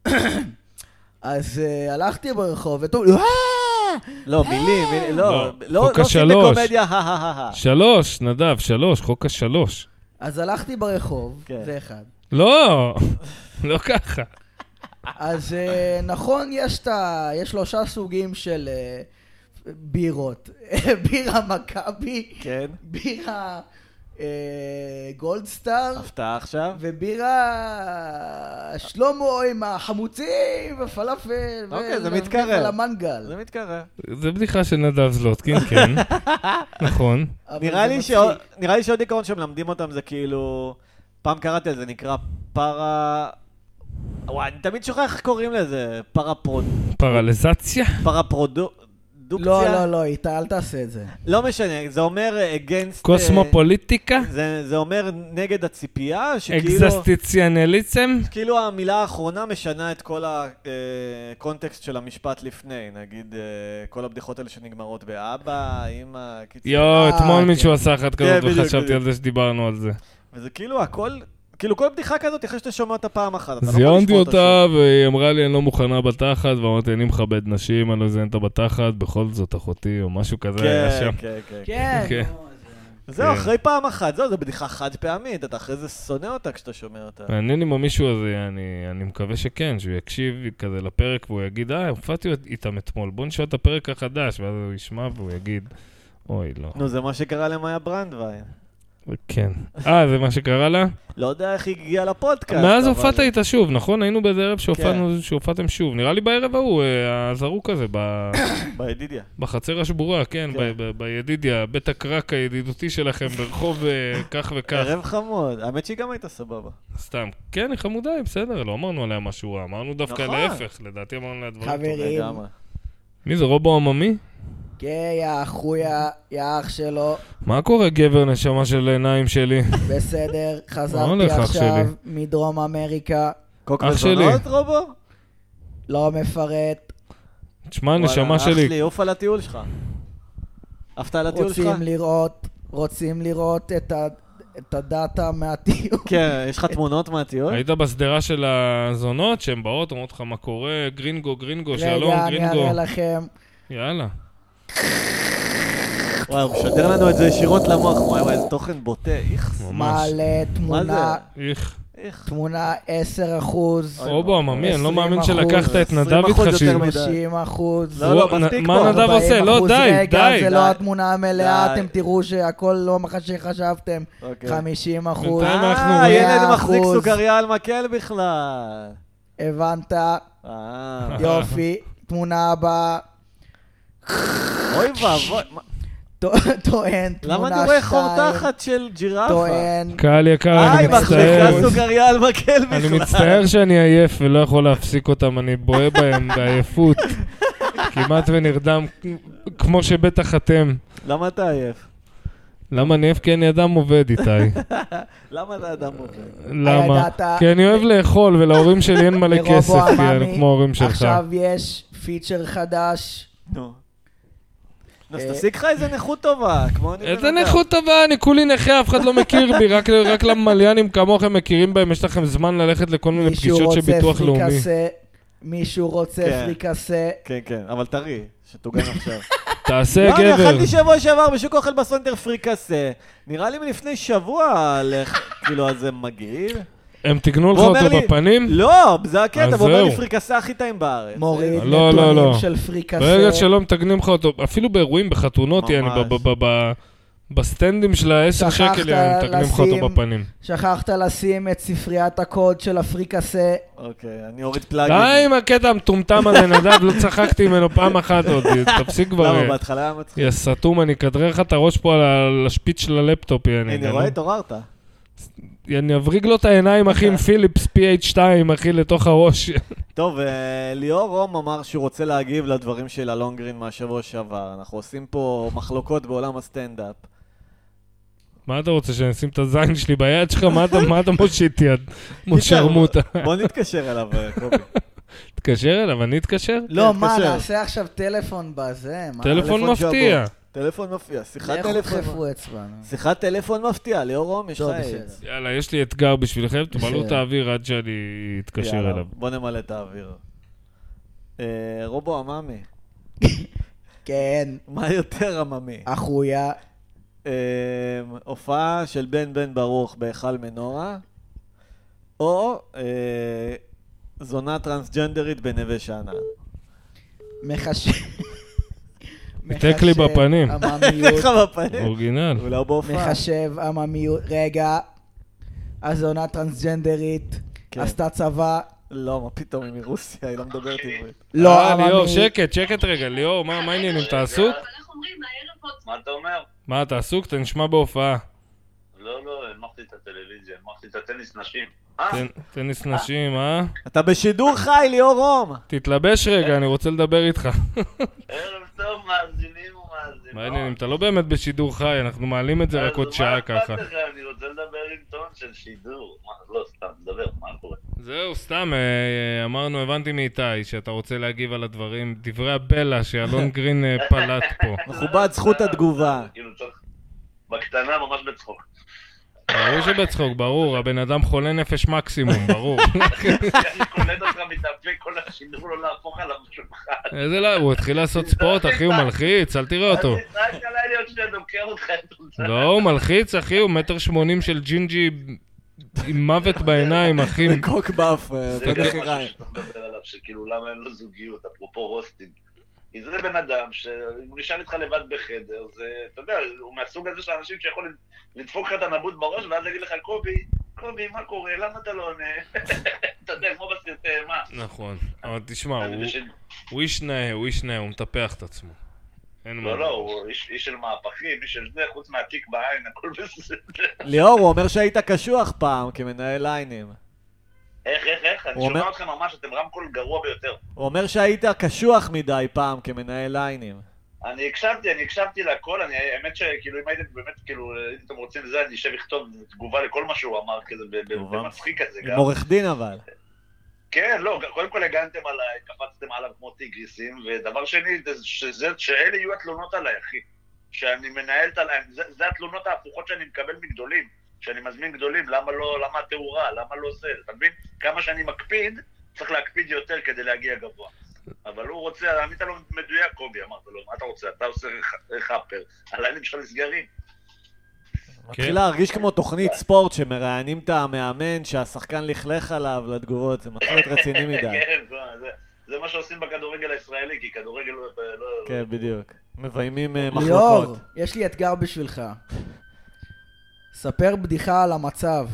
אז הלכתי ברחוב וטוב... לא, מילים, לא חוק עושים בקומדיה, 3, נדב, 3, חוק ה3. אז הלכתי ברחוב, זה אחד. לא, לא ככה. אז נכון, יש 3 סוגים של בירות. בירה מכבי. כן. בירה גולדסטאר. הפתעה עכשיו. ובירה שלמה עם החמוצים ופלאפל. אוקיי, זה מתקרב. ולמנגל. זה מתקרב. זה בדיחה של נדב זלוטקין, כן. נכון. נראה לי שעוד עיקרון שמלמדים אותם זה כאילו... פעם קראתי על זה, נקרא פרה... וואי, אני תמיד שוכח איך קוראים לזה. פרליזציה? פרפרודוקציה? לא, איתה, אל תעשה את זה. לא משנה, זה אומר against... קוסמופוליטיקה? זה אומר נגד הציפייה, שכאילו... אקזסטיציונליזם? כאילו המילה האחרונה משנה את כל הקונטקסט של המשפט לפני. נגיד, כל הבדיחות האלה שנגמרות באבא, אמא, קיצור. אתמול מישהו עשה אחת כזאת וחשבתי על זה שדיברנו על זה. וזה כאילו הכל... כאילו כל בדיחה כזאת, אחרי שאתה שומע אותה פעם אחת. זיינתי אותה, והיא אמרה לי, אני לא מוכנה בתחת, ואמרתי, אני מכבד נשים, אני לא זיין אותה בתחת, בכל זאת אחותי, או משהו כזה היה שם. כן. זהו, אחרי פעם אחת, זהו, זו בדיחה חד פעמית, אתה אחרי זה שונא אותה כשאתה שומע אותה. מעניין עם המישהו הזה, אני מקווה שכן, שהוא יקשיב כזה לפרק, והוא יגיד, הופעתי איתם אתמול, בוא נשאר את הפרק החדש, ואז הוא ישמע והוא יגיד, אוי, לא. נו, זה מה שקרה למאיה ברנדווין. כן. זה מה שקרה לה? לא יודע איך היא הגיעה לפודקאסט. מאז הופעת איתה שוב, נכון? היינו באיזה ערב שהופעתם שוב. נראה לי בערב ההוא, הזרוק הזה, בידידיה. בחצר השבורה, כן, בידידיה, בית הקרק הידידותי שלכם ברחוב כך וכך. ערב חמוד. האמת שהיא גם הייתה סבבה. סתם. כן, היא חמודה, היא בסדר, לא אמרנו עליה משהו רע. אמרנו דווקא להפך, לדעתי אמרנו עליה דברים טובים. חברים. מי זה, רובו עממי? כן, יא אחויה, יא אח שלו. מה קורה גבר נשמה של עיניים שלי? בסדר, חזרתי עכשיו מדרום אמריקה. אח שלי. רובו? לא מפרט. תשמע, נשמה שלי. אח שלי, אוף על הטיול שלך. אהבת על הטיול שלך? רוצים לראות את הדאטה מהטיול. כן, יש לך תמונות מהטיול? היית בסדרה של הזונות שהן באות, אומרות לך מה קורה, גרינגו, שלום, גרינגו. רגע, אני אראה לכם. יאללה. וואי, הוא משדר לנו את זה ישירות למוח. וואי, איזה תוכן בוטה, איכס. מעלה תמונה. איך? תמונה 10%. רובו עממי, אני לא מאמין שלקחת את נדב איתך 50%. לא, מספיק פה. מה נדב עושה? לא, די. רגע, זה לא התמונה המלאה, אתם תראו שהכל לא מה שחשבתם. 50%. ילד מחזיק סוכריה על מקל בכלל. הבנת. יופי. תמונה הבאה. אוי ואבוי. טוען, למה אני רואה חור תחת של ג'ירפה? טוען. קהל יקר, אני מצטער. מחזיקה סוכריה על מקל בכלל. אני מצטער שאני עייף ולא יכול להפסיק אותם, אני בוהה בהם בעייפות. כמעט ונרדם, כמו שבטח אתם. למה אתה עייף? למה אני עייף? כי אני אדם עובד, איתי. למה אתה אדם עובד? למה? כי אני אוהב לאכול ולהורים שלי אין מלא כסף, כי אני כמו ההורים שלך. עכשיו יש פיצ'ר חדש. נו. אז תשיג לך איזה נכות טובה, כמו אני... איזה נכות טובה, אני כולי נכה, אף אחד לא מכיר בי, רק למליינים כמוכם מכירים בהם, יש לכם זמן ללכת לכל מיני פגישות של ביטוח לאומי. מישהו רוצה פריקסה. כן, כן, אבל תראי, שתוגן עכשיו. תעשה גבר. לא, אני אכלתי שבוע שעבר בשוק אוכל בסונטר פריקסה. נראה לי מלפני שבוע, כאילו, אז זה מגעיל. הם תגנו לך אותו בפנים? לא, זה הקטע, הוא אומר לי פריקסה הכי טעים בארץ. מוריד נתונים של פריקסה. ברגע שלא מתגנים לך אותו, אפילו באירועים, בחתונות, בסטנדים של ה10 שקל, הם מתגנים לך אותו בפנים. שכחת לשים את ספריית הקוד של הפריקסה. אוקיי, אני אוריד פלאגים. די עם הקטע המטומטם הזה, נדב, לא צחקתי ממנו פעם אחת עוד, תפסיק כבר. למה, בהתחלה היה מצחיק. יא סתום, אני אכדרר לך את הראש פה על השפיץ של הלפטופ. הנה, רואה, התעוררת. אני אבריג לו את העיניים, אחי, עם פיליפס PH2, אחי, לתוך הראש. טוב, ליאור רום אמר שהוא רוצה להגיב לדברים של הלונגרין מהשבוע שעבר. אנחנו עושים פה מחלוקות בעולם הסטנדאפ. מה אתה רוצה, שאני אשים את הזין שלי ביד שלך? מה אתה מושיט יד? מושרמוטה. בוא נתקשר אליו, קובי. תתקשר אליו, אני אתקשר? לא, מה, נעשה עכשיו טלפון בזה? טלפון מפתיע. טלפון מפתיע, שיחת טלפון מפתיע, ליאור רום, יש לך עץ. יאללה, יש לי אתגר בשבילכם, תמלאו את האוויר עד שאני אתקשר אליו. בוא נמלא את האוויר. רובו עממי. כן. מה יותר עממי? אחויה. הופעה של בן ברוך בהיכל מנורה, או זונה טרנסג'נדרית בנווה שאנן. תק לי בפנים. לך בפנים. אורגינל. הוא לא בהופעה. מחשב עממיות, רגע, הזונה טרנסג'נדרית, עשתה צבא. לא, מה פתאום, היא מרוסיה, היא לא מדברת עברית. לא, עממי. ליאור, שקט רגע, ליאור, מה העניינים, אתה עסוק? מה אתה אומר? מה, אתה עסוק? אתה נשמע בהופעה. לא, הנמכתי את הטלוויזיה, הנמכתי את הטניס נשים. טניס נשים, אה? אתה בשידור חי, ליאור רום. תתלבש רגע, אני רוצה לדבר איתך. ערב טוב, מאזינים ומאזינות. מה העניינים? אתה לא באמת בשידור חי, אנחנו מעלים את זה רק עוד שעה ככה. אני רוצה לדבר עם טון של שידור. לא, סתם, דבר, מה קורה? זהו, סתם, אמרנו, הבנתי מאיתי שאתה רוצה להגיב על הדברים, דברי הבלע שאלון גרין פלט פה. מכובד זכות התגובה. כאילו צריך, בקטנה ממש בצחוק. ברור שבצחוק, ברור, הבן אדם חולה נפש מקסימום, ברור. אני קולט אותך מתאפק כל השידור לא להפוך עליו שולחן. איזה לא, הוא התחיל לעשות ספורט, אחי, הוא מלחיץ, אל תראה אותו. אני רק עליי להיות שאתה דוקר אותך את זה. לא, הוא מלחיץ, אחי, הוא 1.80 של ג'ינג'י עם מוות בעיניים, אחי. זה קוק באף, פתח יריים. זה משהו שאתה מדבר עליו, שכאילו למה אין לו זוגיות, אפרופו רוסטינג. כי זה בן אדם שהוא נשאר איתך לבד בחדר, זה, אתה יודע, הוא מהסוג הזה של אנשים שיכול לדפוק לך את הנבוט בראש, ואז להגיד לך, קובי, מה קורה? למה אתה לא עונה? אתה יודע, כמו בסרטי אימה. נכון, אבל תשמע, הוא איש נאה, הוא מטפח את עצמו. לא, הוא איש של מהפכים, איש של זה, חוץ מהתיק בעין, הכל בסדר. ליאור, הוא אומר שהיית קשוח פעם כמנהל ליינים. איך? אני שומע אתכם ממש, אתם רמקול גרוע ביותר. הוא אומר שהיית קשוח מדי פעם כמנהל ליינים. אני הקשבתי לכל, האמת שכאילו אם הייתם באמת, כאילו, אם אתם רוצים לזה, אני אשב לכתוב תגובה לכל מה שהוא אמר כזה, במצחיק כזה גם. עם עורך דין אבל. כן, לא, קודם כל הגנתם עליי, קפצתם עליו כמו טיגריסים, ודבר שני, שאלה יהיו התלונות עליי, אחי. שאני מנהלת עליהם, זה התלונות ההפוכות שאני מקבל מגדולים, שאני מזמין גדולים, למה התאורה, למה לא זה, אתה מבין? כמה שאני מקפיד, צריך להקפיד יותר כדי להגיע גבוה. אבל הוא רוצה, ענית לו מדויק, קובי, אמרת לו, מה אתה רוצה? אתה עושה חאפר, הליינים שלך נסגרים. מתחיל להרגיש כמו תוכנית ספורט שמראיינים את המאמן שהשחקן לכלך עליו לתגובות, זה מתחיל להיות רציני מדי. כן, זה מה שעושים בכדורגל הישראלי, כי כדורגל לא... כן, בדיוק. מביימים מחלוקות. ליאור, יש לי אתגר בשבילך. ספר בדיחה על המצב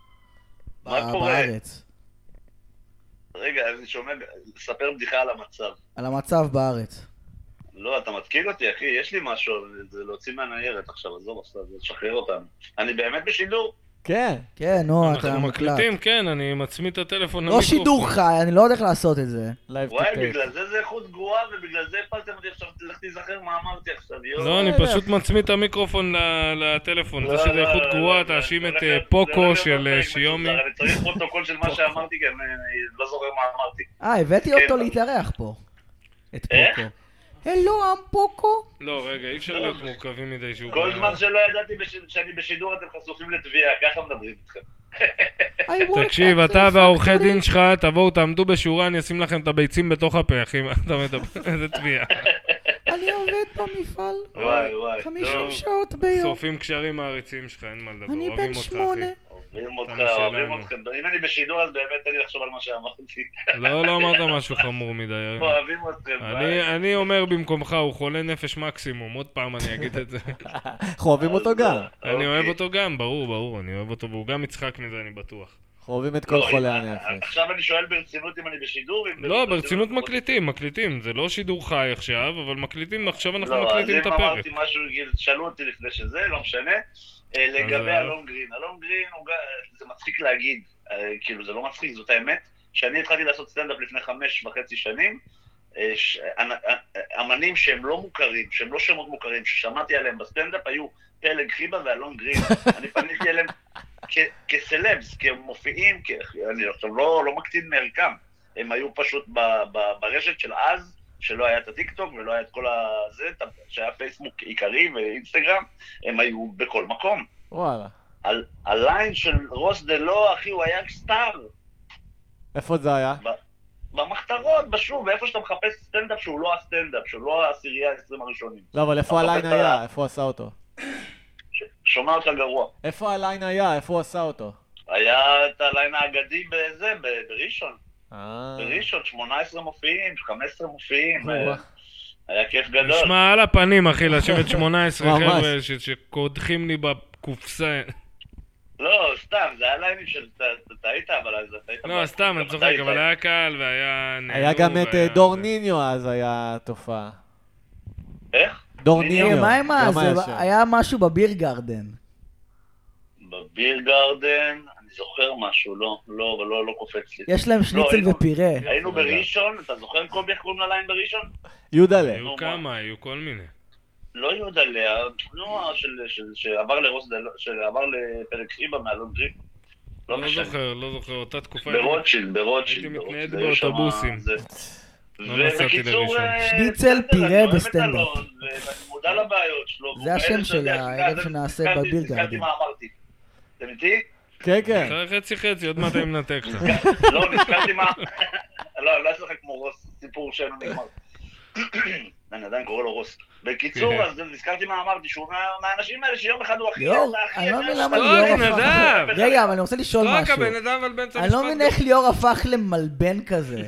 בארץ. רגע, אני שומע, ספר בדיחה על המצב. על המצב בארץ. לא, אתה מתקיל אותי, אחי, יש לי משהו, זה להוציא מהניירת עכשיו, עזוב עכשיו, זה לשחרר אותנו. אני באמת בשידור? כן. כן, נו, אתה אנחנו מקלט. מקליטים, כן, אני מצמיד את הטלפון לא שידור חי, אני לא יודע איך לעשות את זה. וואי, בגלל זה איכות גרועה, ובגלל זה הפלתם אותי עכשיו, לך תיזכר מה אמרתי עכשיו, לא, אני פשוט מצמיד את המיקרופון לטלפון, זה שזה איכות גרועה, תאשים את פוקו של שיומי. אני צריך פרוטוקול של מה שאמרתי, כי אני לא זוכר מה אמרתי. הבאתי אותו להתארח פה. את פוקו. הלו, פוקו? לא, רגע, אי אפשר להיות מורכבים מדי שהוא... כל זמן שלא ידעתי שאני בשידור אתם חשופים לתביעה, ככה מדברים איתכם. תקשיב, אתה והעורכי דין שלך, תבואו, תעמדו בשורה, אני אשים לכם את הביצים בתוך הפה, אחי, אתה מדבר, איזה תביעה. אני עובד במפעל. וואי. 50 שעות ביום. שורפים קשרים מעריצים שלך, אין מה לדבר, אני אוהבים בן אותך, 8. אוהבים אתכם. אם אני בשידור אז באמת תן לי לחשוב על מה שאמרתי. לא אמרת משהו חמור מדי. אוהבים אתכם. אני אומר במקומך, הוא חולה נפש מקסימום, עוד פעם אני אגיד את זה. אנחנו אוהבים אותו גם. אני אוהב אותו גם, ברור, אני אוהב אותו, והוא גם יצחק מזה, אני בטוח. אנחנו אוהבים את כל חולי הנפש. עכשיו אני שואל ברצינות אם אני בשידור? לא, ברצינות מקליטים, זה לא שידור חי עכשיו, אבל מקליטים, עכשיו אנחנו מקליטים את הפרק. לא, אז אם אמרתי משהו, שאלו אותי לפני שזה, לא משנה. לגבי אלון גרין, זה מצחיק להגיד, כאילו זה לא מצחיק, זאת האמת, שאני התחלתי לעשות סטנדאפ לפני 5.5 שנים, אמנים שהם לא מוכרים, שהם לא שמות מוכרים, ששמעתי עליהם בסטנדאפ, היו פלג חיבה ואלון גרין, אני פניתי אליהם כסלבס, כמופיעים, אני עכשיו לא מקטין מערכם, הם היו פשוט ברשת של אז, שלא היה את הטיקטוק ולא היה את כל הזה, שהיה פייסבוק עיקרי ואינסטגרם, הם היו בכל מקום. וואלה. הליין של רוס דלו, אחי, הוא היה סטאר. איפה זה היה? במחתרות, בשוב, איפה שאתה מחפש סטנדאפ שהוא לא הסטנדאפ, שהוא לא העשירייה 20 הראשונים. לא, אבל איפה הליין היה? איפה הוא עשה אותו? שומע אותך גרוע. איפה הליין היה? איפה הוא עשה אותו? היה את הליין האגדי בראשון. בראשון, 18 מופיעים, 15 מופיעים. היה כיף גדול. נשמע על הפנים, אחי, לשבת 18 חבר'ה שקודחים לי בקופסה. לא, סתם, זה היה ליינים של... אתה היית, אבל אז אתה היית... לא, סתם, אני צוחק, אבל היה קהל והיה... היה גם את דור ניניו אז היה תופעה. איך? דור ניניו. מה עם זה? היה משהו בביר גרדן. בביר גרדן, אני זוכר משהו, לא קופץ לי. יש להם שניצל ופירה. היינו בראשון, אתה זוכר קובי איך קוראים לליין בראשון? יודלה. היו כמה, היו כל מיני. לא יודלה, נועה שעבר לפרק חיבה מאלון טריפ. לא זוכר, אותה תקופה. ברוטשילד. הייתי מתנייד באוטובוסים. ובקיצור, שניצל, פירה וסטנדאפ. ואני מודע לבעיות שלו. זה השם של הערב שנעשה בביר גרדן. נזכרתי מה אמרתי. אתם איתי? כן, כן. חצי, עוד מעט אני מנתק לך. לא, נזכרתי מה... לא אצלך כמו רוס, סיפור שאינו נגמר. אני עדיין קורא לו רוס. בקיצור, אז נזכרתי מה אמרתי, שהוא מהאנשים האלה שיום אחד הוא הכי... ליאור, אני לא מבין למה ליאור הפך... רגע, אבל אני רוצה לשאול משהו. אני לא מבין איך ליאור הפך למלבן כזה.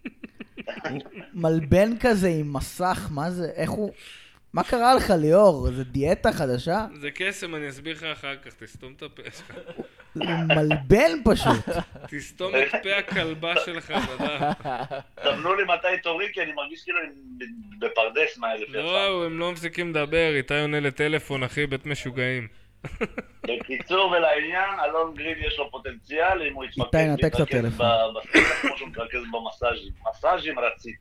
מלבן כזה עם מסך, מה זה? איך הוא... מה קרה לך ליאור? זה דיאטה חדשה? זה קסם, אני אסביר לך אחר כך, תסתום את הפה שלך. הוא מלבן פשוט. תסתום את פה הכלבה שלך, תדע. תמנו לי מתי תורי, כי אני מרגיש כאילו בפרדס מהאלף יצא. לא, הם לא מפסיקים לדבר, איתי עונה לטלפון, אחי, בית משוגעים. בקיצור ולעניין, אלון גרין יש לו פוטנציאל, אם הוא יתמקד בסטנדאפ כמו שהוא מתרכז במסאז'ים. מסאז'ים רצית.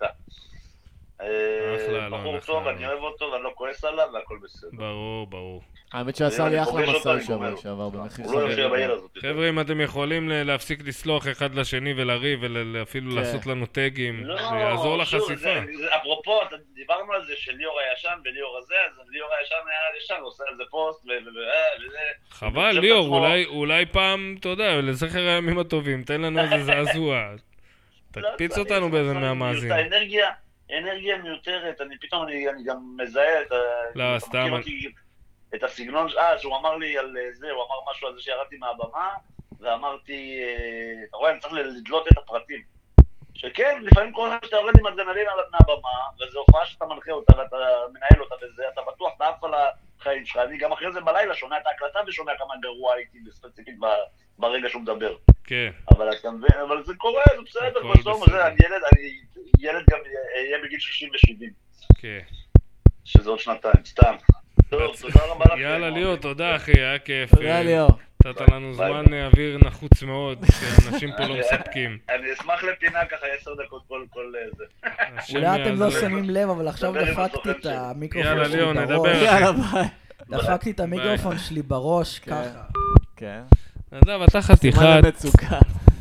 בחור טוב, אני אוהב אותו ואני לא כועס עליו והכל בסדר. ברור. האמת שעשה לי אחלה מסאז' שעבר במחיר הוא לא יופיע בעיר הזאת. חבר'ה, אם אתם יכולים להפסיק לסלוח אחד לשני ולריב ואפילו לעשות לנו טאגים, זה יעזור לחשיפה. אפרופו, דיברנו על זה של ליאור הישן וליאור הזה, אז ליאור הישן היה ישן, עושה על זה פוסט וזה... חבל, ליאור, אולי פעם, אתה יודע, לזכר הימים הטובים, תן לנו איזה זעזוע. תקפיץ אותנו באיזה מהמאזין. אנרגיה מיותרת, אני גם מזהה את הסגנון, שהוא אמר לי על זה, הוא אמר משהו על זה שירדתי מהבמה, ואמרתי, אתה רואה, אני צריך לדלות את הפרטים. שכן, לפעמים כל שאתה יורד עם אדרנלין מהבמה, וזו הופעה שאתה מנחה אותה ואתה מנהל אותה וזה, אתה בטוח, אתה עף על החיים שלך, אני גם אחרי זה בלילה שומע את ההקלטה ושומע כמה גרוע הייתי ספציפית ברגע שהוא מדבר. כן. אבל זה קורה, זה בסדר, בסוף, ילד גם יהיה בגיל 60 ו-70. כן. שזה עוד שנתיים, סתם. טוב, תודה רבה לכם. יאללה ליאור, תודה אחי, היה כיף. תודה ליאור. נתת לנו זמן אוויר נחוץ מאוד, שאנשים פה לא מספקים. אני אשמח לפינה ככה 10 דקות כל זה. אולי אתם לא שמים לב, אבל עכשיו דפקתי את המיקרופון שלי בראש. יאללה ביי. דפקתי את המיקרופון שלי בראש, ככה. כן. נדב, אתה חתיכת... סימן למצוקה.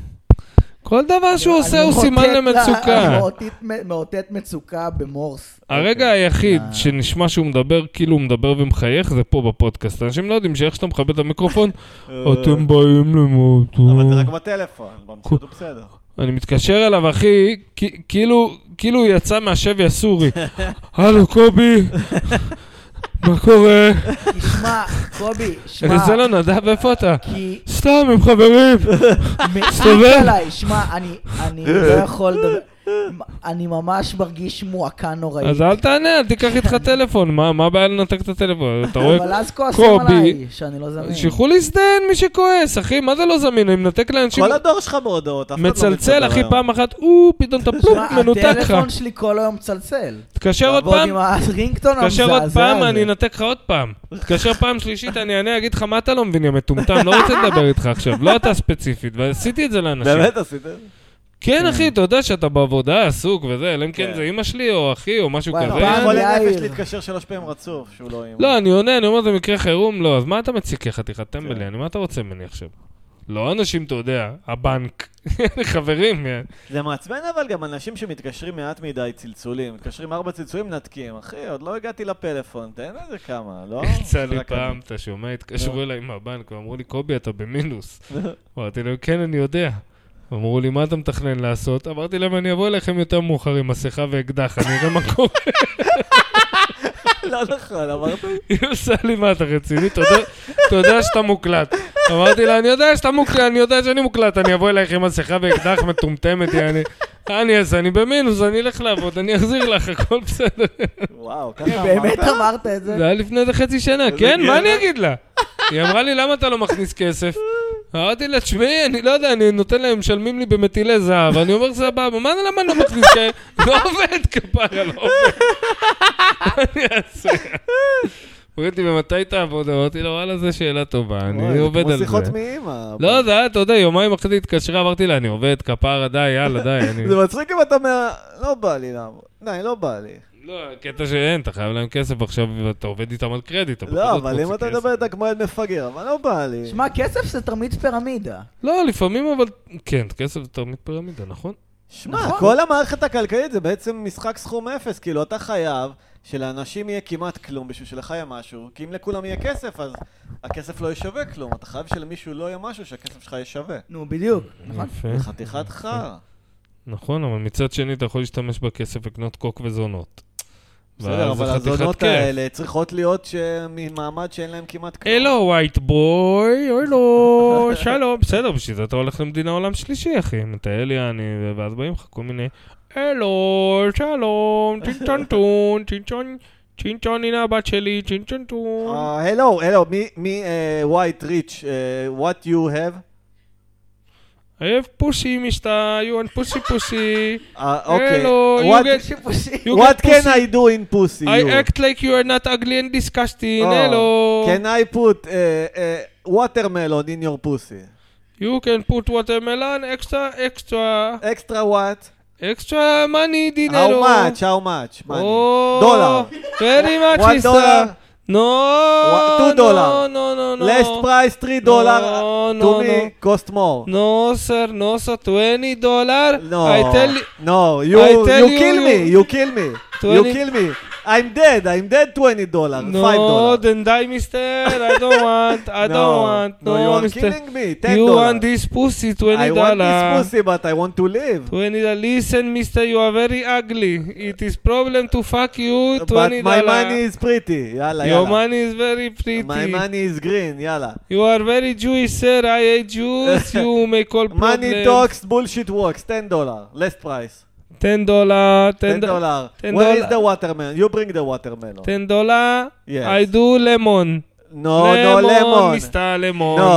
כל דבר שהוא עושה הוא סימן למצוקה. מאותת מצוקה במורס. הרגע היחיד שנשמע שהוא מדבר, כאילו הוא מדבר ומחייך, זה פה בפודקאסט. אנשים לא יודעים שאיך שאתה מכבד את המיקרופון, אתם באים למות. אבל זה רק בטלפון, במציאות הוא בסדר. אני מתקשר אליו, אחי, כאילו הוא יצא מהשבי הסורי. הלו, קובי. מה קורה? תשמע, קובי, שמע. זה לא נדב, איפה אתה? סתם, עם חברים. מעיק עליי, שמע, אני לא יכול לדבר. אני ממש מרגיש מועקה נוראית. אז אל תענה, אל תיקח איתך טלפון. מה הבעיה לנתק את הטלפון? אתה רואה? אבל אז כועסים עליי, שאני לא זמין. שילכו להזדהן מי שכועס, אחי, מה זה לא זמין? אני מנתק לאנשים... כל הדור שלך בהודעות, מצלצל, אחי, פעם אחת, פתאום אתה פלוק, מנותק לך. הטלפון שלי כל היום מצלצל. תקשר עוד פעם, תקשר עוד פעם, אני אנתק לך עוד פעם. תקשר פעם שלישית, אני אענה, אגיד לך, מה אתה לא מבין, יא מטומטם, לא רוצה לדבר איתך עכשיו, לא אתה ספציפית, ועשיתי את זה לאנשים. באמת עשית את זה? כן, אחי, אתה יודע שאתה בעבודה, עסוק וזה, אלא אם כן זה אמא שלי או אחי או משהו כזה. יכול נפש להתקשר 3 פעמים רצוף, שהוא לא אמא. לא, אני עונה, אני אומר, זה מקרה חירום, לא, אז מה אתה מציק חתיכת טמבלי? מה אתה רוצה ממני עכשיו? לא אנשים, אתה יודע, הבנק, חברים. זה מעצבן, אבל גם אנשים שמתקשרים מעט מדי צלצולים, מתקשרים 4 צלצולים נתקים, אחי, עוד לא הגעתי לפלאפון, תן איזה כמה, לא? יצא לי פעם, אתה שומע, התקשרו אליי מהבנק, ואמרו לי, קובי, אתה במינוס. אמרתי להם, כן, אני יודע. אמרו לי, מה אתה מתכנן לעשות? אמרתי להם, אני אבוא אליכם יותר מאוחר עם מסכה ואקדח, אני אראה מה קורה. לא נכון, אמרת? היא עושה לי מה, אתה רציני? אתה יודע שאתה מוקלט. אמרתי לה, אני יודע שאתה מוקלט, אני יודע שאני מוקלט, אני אבוא אלייך עם מסכה ואקדח מטומטמת, אני אעשה, אני במינוס, אני אלך לעבוד, אני אחזיר לך, הכל בסדר. וואו, ככה אמרת? באמת אמרת את זה? זה היה לפני חצי שנה, כן, מה אני אגיד לה? היא אמרה לי, למה אתה לא מכניס כסף? אמרתי לה, תשמעי, אני לא יודע, אני נותן להם, משלמים לי במטילי זהב, אני אומר, סבבה, למה אני לא מכניס כסף? לא עובד כפרה, לא עובד. מה אני אעשה? אמרתי, ומתי תעבוד? אמרתי לו, וואלה, זו שאלה טובה, אני עובד על זה. כמו שיחות מאמא. לא, זה היה, אתה יודע, יומיים אחרי התקשרה, אמרתי לה, אני עובד כפרה, די, יאללה, די. זה מצחיק אם אתה לא בא לי לעבוד. די, לא בא לי. לא, קטע שאין, אתה חייב להם כסף עכשיו, ואתה עובד איתם על קרדיט. לא, אבל אם אתה מדבר אתה כמו ילד מפגר, אבל לא בא לי. שמע, כסף זה תרמית פירמידה. לא, לפעמים, אבל כן, כסף זה תרמית פירמידה, נכון? שמע, כל המערכת הכלכלית זה בעצם משחק סכום אפס, כאילו אתה חייב שלאנשים יהיה כמעט כלום בשביל שלך יהיה משהו, כי אם לכולם יהיה כסף, אז הכסף לא יהיה שווה כלום, אתה חייב שלמישהו לא יהיה משהו שהכסף שלך יהיה שווה. נו, בדיוק, נכון? חתיכת חרא. נכון, אבל מצד שני אתה יכול להשתמש בכסף לקנות קוק וזונות. בסדר, אבל הזונות האלה צריכות להיות ממעמד שאין להם כמעט כלום. הלו, ווייט בוי, הלו, שלום. בסדר, בשביל זה אתה הולך למדינה עולם שלישי, אחי. מטייל לי אני, ואז באים לך כל מיני, הלו, שלום, צ'ינצ'נטון, צ'ינצ'ון, הנה הבת שלי, צ'ינצ'נטון. הלו, מי ווייט ריץ', what you have? I have pussy, mister. You want pussy? Okay. Hello, What can I do in pussy? I act like you are not ugly and disgusting. Hello. Can I put watermelon in your pussy? You can put watermelon, extra. Extra what? Extra money, dinero. How much? Money. Oh, dollar. Very much, $1. No. $2. No. Last price $3. To me, cost more. No, sir. $20. No. I tell you. No, you kill me. I'm dead. $20. $5. No, then die, mister. I don't want. No, you are mister. killing me. $10. You want this pussy, $20. I want this pussy, but I want to live. $20. Listen, mister, you are very ugly. It is problem to fuck you, $20. But my money is pretty. Yalla. Your money is very pretty. My money is green. Yalla. You are very Jewish, sir. I hate Jews. You make all problems. Money talks, bullshit works. $10. Less price. $10. Where is the watermelon? You bring the watermelon. $10. Yes. I do lemon. No lemon. Mister, lemon. No,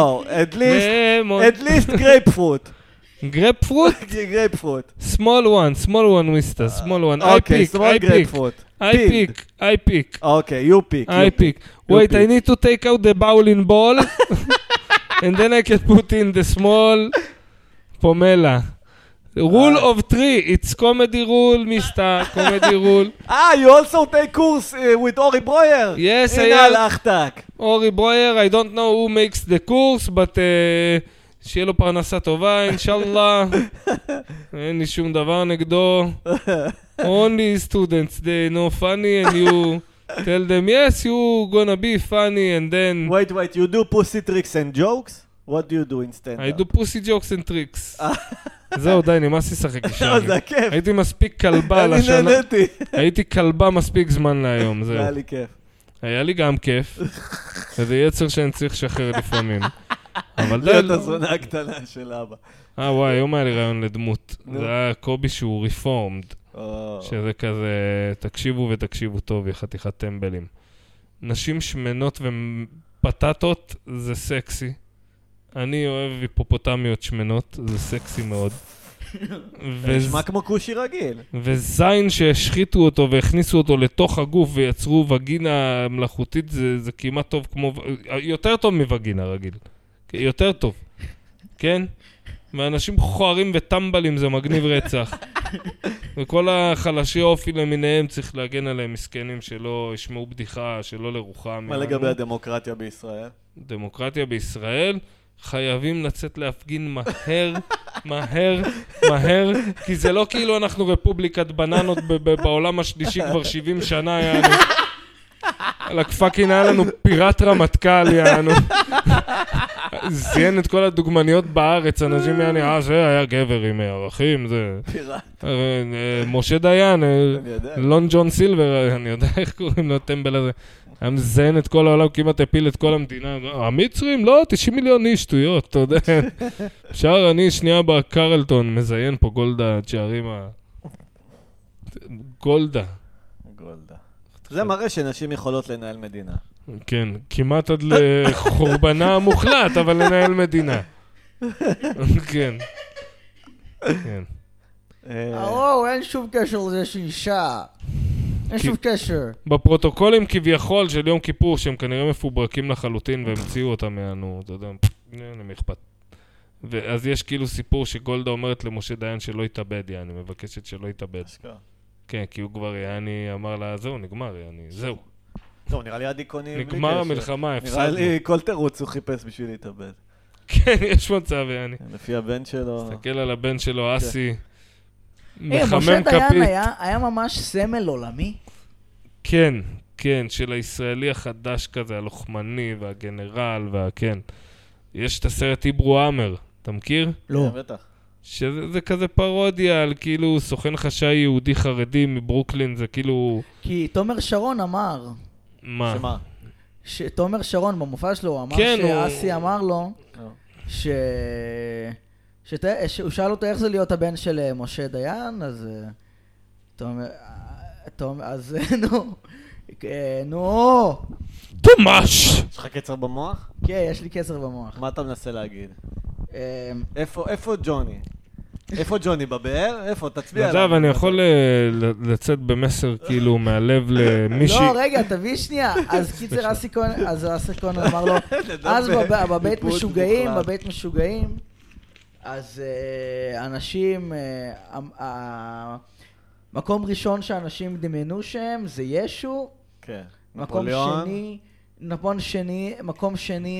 at least grapefruit. Grapefruit? Grapefruit. Small one, mister. Small one. Okay, small grapefruit. I pick. Okay, you pick. I pick. Wait, I need to take out the bowling ball. And then I can put in the small pomela. Rule of 3. It's comedy rule, mister. Comedy rule. You also take course with Ori Breuer? Yes, I am. Ori Breuer, I don't know who makes the course, but שיהיה לו פרנסה טובה, אינשאללה. אין לי שום דבר נגדו. Only students, they know funny and you tell them, yes, you gonna be funny and then... Wait, you do pussy tricks and jokes? What do you do in stand-up? I do pussy jokes and tricks. זהו, די, נמאס לי לשחק אישה. זה כיף. הייתי מספיק כלבה לשנה. אני נהניתי. הייתי כלבה מספיק זמן להיום, זהו. היה לי כיף. היה לי גם כיף. וזה יצר שאני צריך לשחרר לפעמים. אבל די... זאת הזונה הקטנה של אבא. וואי, היום היה לי רעיון לדמות. זה היה קובי שהוא ריפורמד. שזה כזה, תקשיבו ותקשיבו טוב, יא חתיכת טמבלים. נשים שמנות ופטטות זה סקסי. אני אוהב היפופוטמיות שמנות, זה סקסי מאוד. נשמע כמו קושי רגיל. וזין שהשחיתו אותו והכניסו אותו לתוך הגוף ויצרו וגינה מלאכותית, זה כמעט טוב כמו... יותר טוב מווגינה רגיל. יותר טוב. כן? ואנשים חוערים וטמבלים זה מגניב רצח. וכל החלשי אופי למיניהם צריך להגן עליהם מסכנים שלא ישמעו בדיחה, שלא לרוחם. מה לגבי הדמוקרטיה בישראל? דמוקרטיה בישראל חייבים לצאת להפגין מהר, כי זה לא כאילו אנחנו רפובליקת בננות בעולם השלישי כבר 70 שנה, יענו. על הכפאקין היה לנו פיראט רמטכ"ל, יענו. זיין את כל הדוגמניות בארץ, אנשים יעני, זה היה גבר עם ערכים, זה... פיראט. משה דיין, לון ג'ון סילבר, אני יודע איך קוראים לו הטמבל הזה. היה מזיין את כל העולם, כמעט הפיל את כל המדינה. המצרים, לא, 90 מיליון איש, שטויות, אתה יודע. אפשר, אני שנייה בקרלטון, מזיין פה גולדה, שערים ה... גולדה. זה מראה שנשים יכולות לנהל מדינה. כן, כמעט עד לחורבנה המוחלט, אבל לנהל מדינה. כן. כן. אין שום קשר לזה שאישה. אין שום קשר. בפרוטוקולים כביכול של יום כיפור, שהם כנראה מפוברקים לחלוטין, והמציאו אותם מהנו, אתה יודע, מי אכפת. ואז יש כאילו סיפור שגולדה אומרת למשה דיין שלא יתאבד, אני מבקשת שלא יתאבד. כן, כי הוא כבר אמר לה, זהו, נגמר, זהו. טוב, נראה לי הדיקונים... נגמר המלחמה, הפסדנו. נראה לי כל תירוץ הוא חיפש בשביל להתאבד. כן, יש מצב, לפי הבן שלו... תסתכל על הבן שלו, אסי. משה דיין היה ממש סמל עולמי. כן, כן, של הישראלי החדש כזה, הלוחמני והגנרל והכן. יש את הסרט היברו האמר, אתה מכיר? לא. בטח. שזה כזה פרודיה על כאילו סוכן חשאי יהודי חרדי מברוקלין, זה כאילו... כי תומר שרון אמר... מה? שמה? תומר שרון במופע שלו, הוא אמר כן, שאסי אמר לו שהוא שאל אותו איך זה להיות הבן של משה דיין, אז אז נו תומש! יש לך קצר במוח? כן, יש לי קצר במוח. מה אתה מנסה להגיד? איפה ג'וני? איפה ג'וני? בבאר? איפה? תצביע עליו. נדב, אני יכול לצאת במסר כאילו מהלב למישהי... לא, רגע, תביא שנייה. אז קיצר אסי כהן אמר לו, אז בבית משוגעים, אז אנשים, מקום ראשון שאנשים דמיינו שהם זה ישו. כן. מקום שני, מקום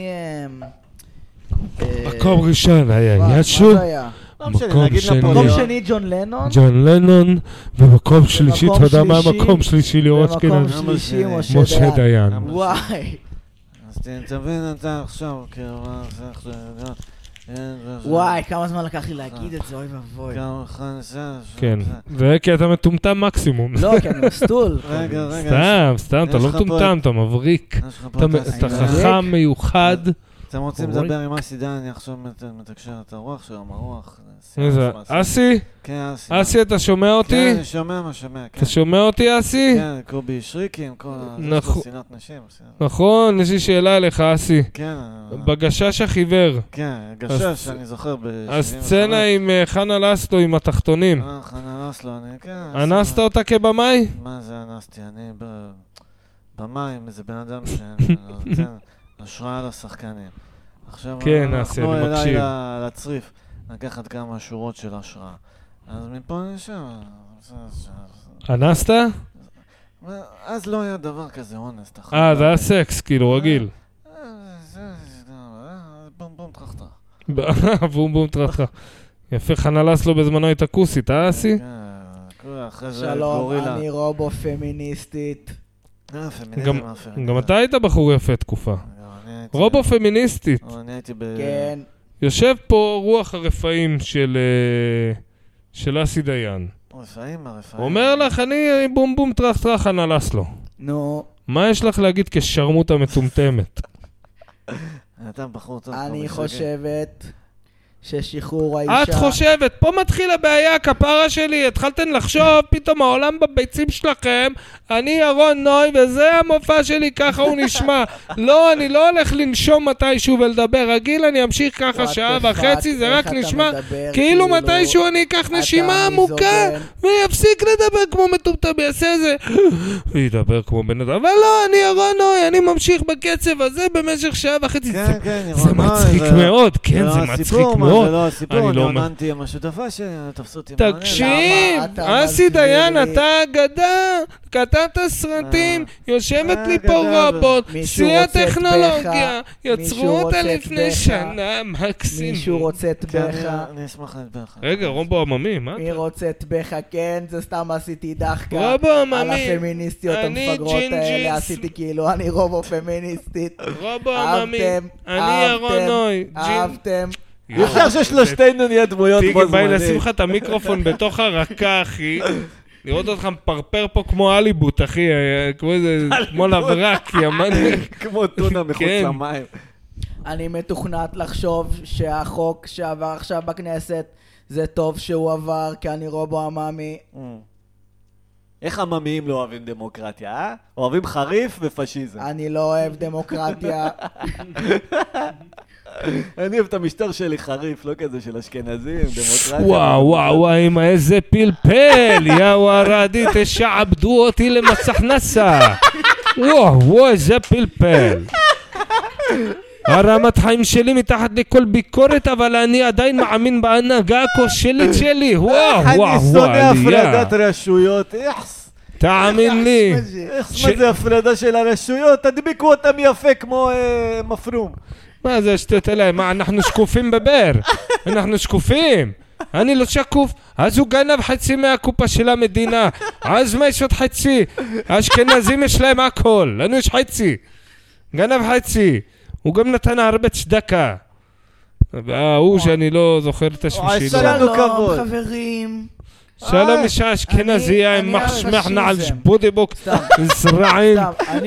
ראשון היה ישו. מקום שני ג'ון לנון, ומקום שלישי, אתה יודע מה המקום שלישי לראות שכן? ומקום שלישי משה דיין. וואי. אז תבין אתה עכשיו, וואי, כמה זמן לקח לי להגיד את זה, אוי ואבוי. כן, זה כי אתה מטומטם מקסימום. לא, כי אני מסטול. סתם, אתה לא מטומטם, אתה מבריק. אתה חכם מיוחד. אתם רוצים לדבר עם אסי דיין, אני עכשיו מתקשר את הרוח שלו, הרוח. אסי? כן, אסי. אסי, אתה שומע אותי? כן, אני שומע, כן. אתה שומע אותי, אסי? כן, קובי שריקים, כל שנאת נשים. נכון, יש לי שאלה אליך, אסי. כן. בגשש החיוור. כן, גשש, אני זוכר ב-75. הסצנה עם חנה לסלו, עם התחתונים. חנה לסלו, אני, כן. אנסת אותה כבמאי? מה זה אנסתי? אני במאי, איזה בן אדם שנותן השראה לשחקנים. עכשיו אנחנו אליי לצריף, לקחת כמה שורות של השראה. אז מפה אני שם. אנסת? אז לא היה דבר כזה אונס. זה היה סקס, כאילו, רגיל. בום בום טרחטה. בום בום טרחטה. יפה, חנה לסלו בזמנו הייתה כוסית, אסי? שלום, אני רובו פמיניסטית. גם אתה היית בחור יפה תקופה. רובו פמיניסטית. כן. יושב פה רוח הרפאים של אסי דיין. רפאים. אומר לך, אני בום בום טרח טרח חנה לסלו. נו. מה יש לך להגיד כשרמוטה מטומטמת? אני חושבת ששחרור האישה... את חושבת, פה מתחיל הבעיה, הכפרה שלי, התחלתם לחשוב, פתאום העולם בביצים שלכם, אני ירון נוי, וזה המופע שלי, ככה הוא נשמע. לא, אני לא הולך לנשום מתישהו ולדבר, רגיל אני אמשיך ככה שעה וחצי, זה רק נשמע כאילו מתישהו אני אקח נשימה עמוקה, ויפסיק לדבר כמו מטומטם, יעשה איזה... וידבר כמו בן אדם, אבל לא, אני ירון נוי, אני ממשיך בקצב הזה במשך שעה וחצי. זה מצחיק מאוד, כן, זה מצחיק מאוד. זה לא הסיפור, אני עוננתי עם השותפה שתפסו אותי. תקשיב, אסי דיין, אתה אגדה, כתבת סרטים, יושבת לי פה רובוט, שיא הטכנולוגיה, יצרו אותה לפני שנה, מקסימום. מישהו רוצת בך. אני אשמח לדבך. רגע, רובו עממי, מה? מי רוצת בך, כן, זה סתם עשיתי דחקה. רובו עממי. על הפמיניסטיות המפגרות האלה, עשיתי כאילו, אני רובו פמיניסטית. רובו עממי. אני ירונוי. אהבתם. אפשר ששלושתנו נהיה דמויות בו בואי לשים לך את המיקרופון בתוך הרקה, אחי. לראות אותך מפרפר פה כמו אליבוט, אחי. כמו לברק, ימני. כמו טונה מחוץ למים. אני מתוכנת לחשוב שהחוק שעבר עכשיו בכנסת, זה טוב שהוא עבר, כי אני רובו עממי. איך עממיים לא אוהבים דמוקרטיה, אה? אוהבים חריף ופשיזם. אני לא אוהב דמוקרטיה. אני אוהב את המשטר שלי חריף, לא כזה של אשכנזים, דמוקרטיה. וואו, וואו, וואו, איזה פלפל, יא ווארדי, תשעבדו אותי למצח נסה. וואו, וואו, איזה פלפל. הרמת חיים שלי מתחת לכל ביקורת, אבל אני עדיין מאמין בהנהגה הכושלת שלי. וואו, וואו, וואו, אני שונא הפרדת רשויות, איכס. תאמין לי. איכס, מה זה הפרדה של הרשויות? תדביקו אותם יפה כמו מפרום. מה זה השטות אליי? מה, אנחנו שקופים בבר? אנחנו שקופים. אני לא שקוף. אז הוא גנב חצי מהקופה של המדינה. אז מה יש עוד חצי? האשכנזים יש להם הכל. לנו יש חצי. גנב חצי. הוא גם נתן הרבה צדקה. הוא שאני לא זוכר את השם שלו. שלום חברים. שלום אישה אשכנזייה עם מחשמחנה על שבודיבוק. זרעים.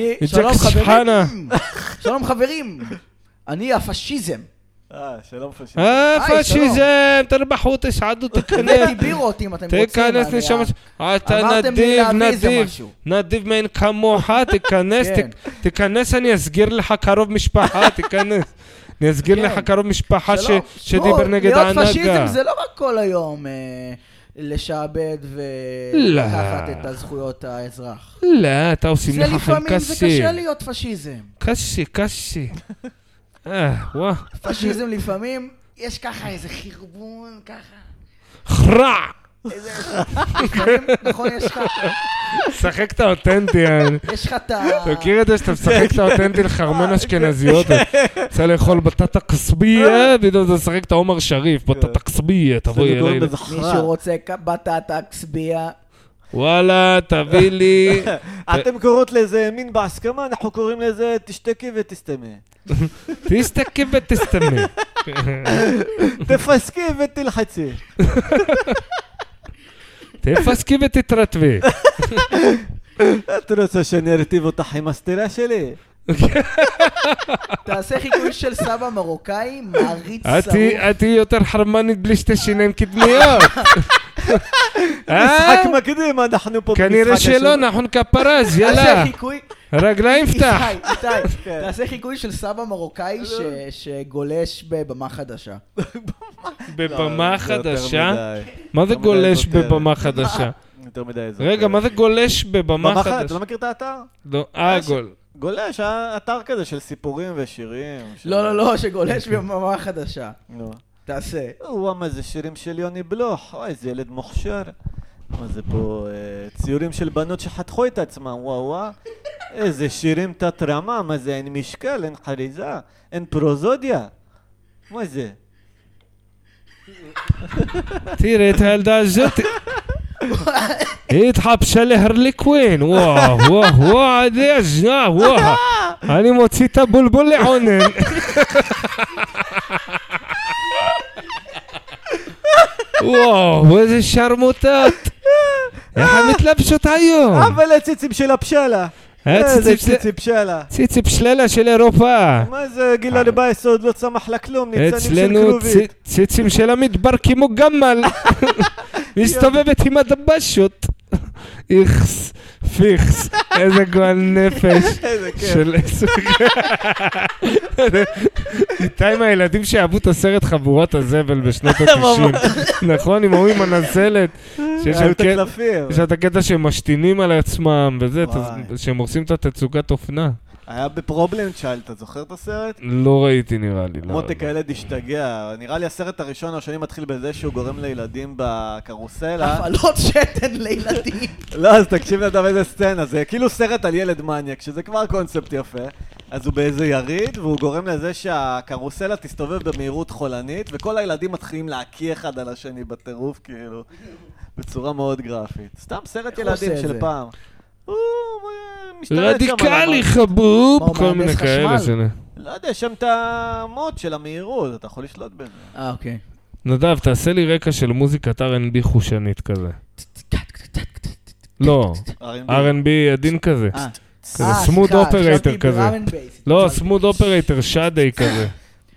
שלום חברים. אני הפשיזם. שלום פשיזם. פשיזם, תרבחו, תסעדו, תיכנס. תבירו אם אתם רוצים. תיכנס נשמה. אתה נדיב מאין כמוך, תיכנס, אני אסגיר לך קרוב משפחה, תיכנס. אני אסגיר לך קרוב משפחה שדיבר נגד ההנהגה. להיות פשיזם זה לא רק כל היום לשעבד ולקחת את הזכויות האזרח. לא, אתה עושים לך חיים קשים. זה קשה להיות פשיזם. קשי. וואו. פשיזם לפעמים, יש ככה איזה חרבון, ככה. חרע! נכון, יש לך... שחק את האותנטי. יש לך את ה... אתה מכיר את זה שאתה משחק את האותנטי לחרמן אשכנזיות? צריך לאכול בטטה קסביה, ודאו אתה משחק את העומר שריף, בטטה קסביה, תבואי אליי. מישהו רוצה בטטה קסביה. וואלה, תביא לי... אתם קוראות לזה מין בהסכמה, אנחנו קוראים לזה תשתקי ותסתמי. תסתקי ותסתמי. תפסקי ותלחצי. תפסקי ותתרטבי. את רוצה שאני ארטיב אותך עם הסתירה שלי? תעשה חיקוי של סבא מרוקאי, מעריץ שרוף. את יותר חרמנית בלי שתי שיניים קדמיות. משחק מקדים, אנחנו פה במשחק. כנראה שלא, אנחנו כפרז, יאללה. תעשה חיקוי. רגליים פתח. איתי, תעשה חיקוי של סבא מרוקאי שגולש בבמה חדשה. בבמה חדשה? מה זה גולש בבמה חדשה? יותר מדי. רגע, מה זה גולש בבמה חדשה? אתה לא מכיר את האתר? לא, גולש, אתר כזה של סיפורים ושירים. לא, שגולש בבמה חדשה. תעשה. מה זה שירים של יוני בלוך, אוי, זה ילד מוכשר. מה זה פה, ציורים של בנות שחתכו את עצמם, וואו. איזה שירים תת רמה, מה זה, אין משקל, אין חריזה, אין פרוזודיה. מה זה? תראה את הילדה הזאת. היא התחפשה להרליקווין, וואו, עדי הז'נה, וואו. אני מוציא את הבולבול לעונן. וואו, איזה שרמוטות. איך המתלבשות היום? אבל הציצים של הפשלה. איזה ציצי פשלה. ציצי פשללה של אירופה. מה זה, גיל 14 עוד לא צמח לה כלום, ניצנים של כרובית. אצלנו ציצים של המדבר כמו גמל. מסתובבת עם הדבשות. איכס, פיכס, איזה גועל נפש. איזה כיף. איתי מהילדים שאהבו את הסרט חבורת הזבל בשנות ה-90. נכון, עם ההוא עם הנזלת. יש את הקטע שהם משתינים על עצמם וזה, שהם עושים את התצוגת אופנה. היה בפרובלם צ'יילד, אתה זוכר את הסרט? לא ראיתי נראה לי. מותק הילד השתגע. נראה לי הסרט הראשון או השני מתחיל בזה שהוא גורם לילדים בקרוסלה. הפעלות שתן לילדים. לא, אז תקשיב לדעת איזה סצנה, זה כאילו סרט על ילד מניאק, שזה כבר קונספט יפה. אז הוא באיזה יריד, והוא גורם לזה שהקרוסלה תסתובב במהירות חולנית, וכל הילדים מתחילים להקיא אחד על השני בטירוף, כאילו, בצורה מאוד גרפית. סתם סרט ילדים של פעם. רדיקלי חבוב, כל מיני כאלה שלה. לא יודע, יש שם את המוד של המהירות, אתה יכול לשלוט בזה. אוקיי. נדב, תעשה לי רקע של מוזיקת R&B חושנית כזה. לא, R&B עדין כזה. כזה סמוד אופרייטר כזה. לא, סמוד אופרייטר, שדי כזה.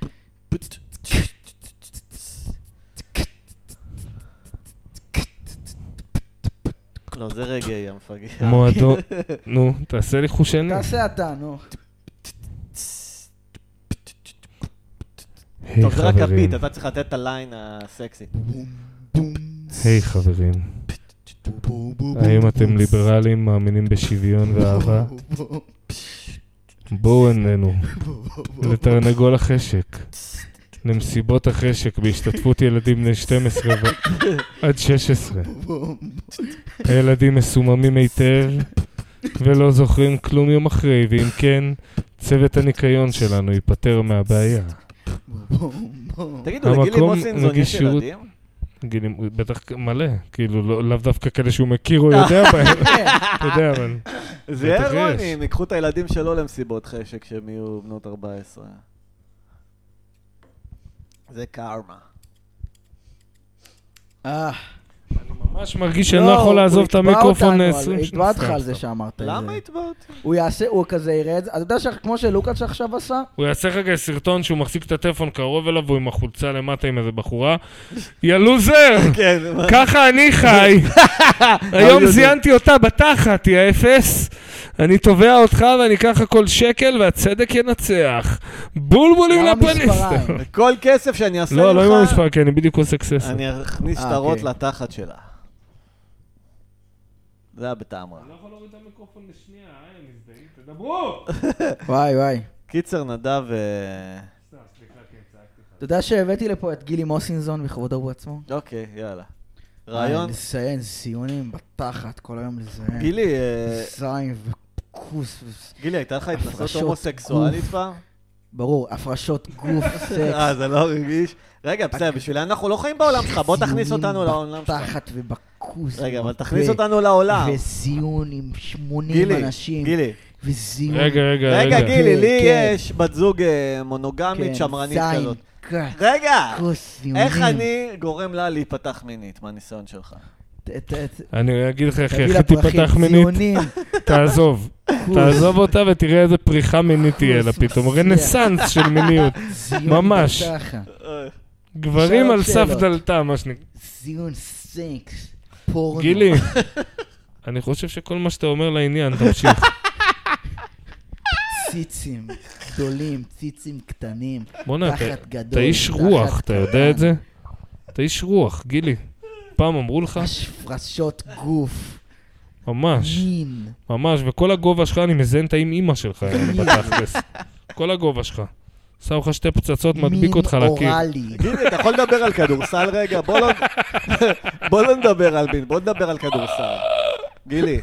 לא, זה רגעי המפגר. מועדו, נו, תעשה לי חושני. תעשה אתה, נו. טוב, זה רק הביט, אתה צריך לתת את הליין הסקסי. היי חברים, האם אתם ליברלים, מאמינים בשוויון ואהבה? בואו אלינו, לתרנגול החשק, למסיבות החשק בהשתתפות ילדים בני 12 עד 16. הילדים מסוממים היטב ולא זוכרים כלום יום אחרי, ואם כן, צוות הניקיון שלנו ייפטר מהבעיה. תגידו, לגילי מוסינזון יש ילדים? גילי, בטח מלא, כאילו לאו דווקא כאלה שהוא מכיר או יודע בהם. אתה יודע, אבל... זה יהיה אירונים, ייקחו את הילדים שלו למסיבות חשק שהם יהיו בנות 14. זה קארמה. אני ממש מרגיש שאני לא יכול לעזוב את המיקרופון 20 שניה. התבעת לך על זה שאמרת את זה. למה התבעת? הוא יעשה, הוא כזה ירד, אתה יודע כמו שלוקאץ' עכשיו עשה? הוא יעשה רגע סרטון שהוא מחזיק את הטלפון קרוב אליו, והוא עם החולצה למטה עם איזה בחורה. יא לוזר! ככה אני חי! היום זיינתי אותה בתחת, יא אפס! אני תובע אותך ואני אקח הכל שקל והצדק ינצח. בולבולים לפניסטר. כל כסף שאני אעשה לך... לא עם המספר, כי אני בדיוק עושה קססר. אני אכניס שטרות לתחת שלה. זה היה בטעם רע. אני לא יכול להוריד את המיקרופון לשנייה, הם מזדהים, תדברו! וואי. קיצר נדב אתה יודע שהבאתי לפה את גילי מוסינזון בכבודו ובעצמו? אוקיי, יאללה. רעיון? לזיין, סיונים בתחת, כל היום לזיין. גילי... זין וכוס. גילי, הייתה לך התנסות הומוסקסואלית פעם? ברור, הפרשות גוף, סקס. זה לא רגיש. רגע, בסדר, בשבילה אנחנו לא חיים בעולם שלך, בוא תכניס אותנו לעולם שלך. בתחת ובכוס. רגע, אבל תכניס אותנו לעולם. וזיון עם 80 אנשים. גילי. וזיון. רגע, גילי, לי יש בת זוג מונוגמית שמרנית כזאת. רגע, איך אני גורם לה להיפתח מינית? מה הניסיון שלך? אני אגיד לך איך היא תיפתח מינית. תעזוב אותה ותראה איזה פריחה מינית תהיה לה פתאום. רנסנס של מיניות. ממש. גברים על סף דלתה, מה שנקרא. זיון סקס. פורנו. גילי, אני חושב שכל מה שאתה אומר לעניין, תמשיך. ציצים גדולים, ציצים קטנים, תחת גדול. אתה איש רוח, אתה יודע את זה? אתה איש רוח, גילי. פעם אמרו לך? הפרשות גוף. ממש. מין. ממש, וכל הגובה שלך אני מזיין את עם שלך בתכלס. כל הגובה שלך. שם לך שתי פצצות, מדביק אותך לקיר. מין אורלי. גילי, אתה יכול לדבר על כדורסל רגע? בוא לא נדבר על מין, בוא נדבר על כדורסל. גילי.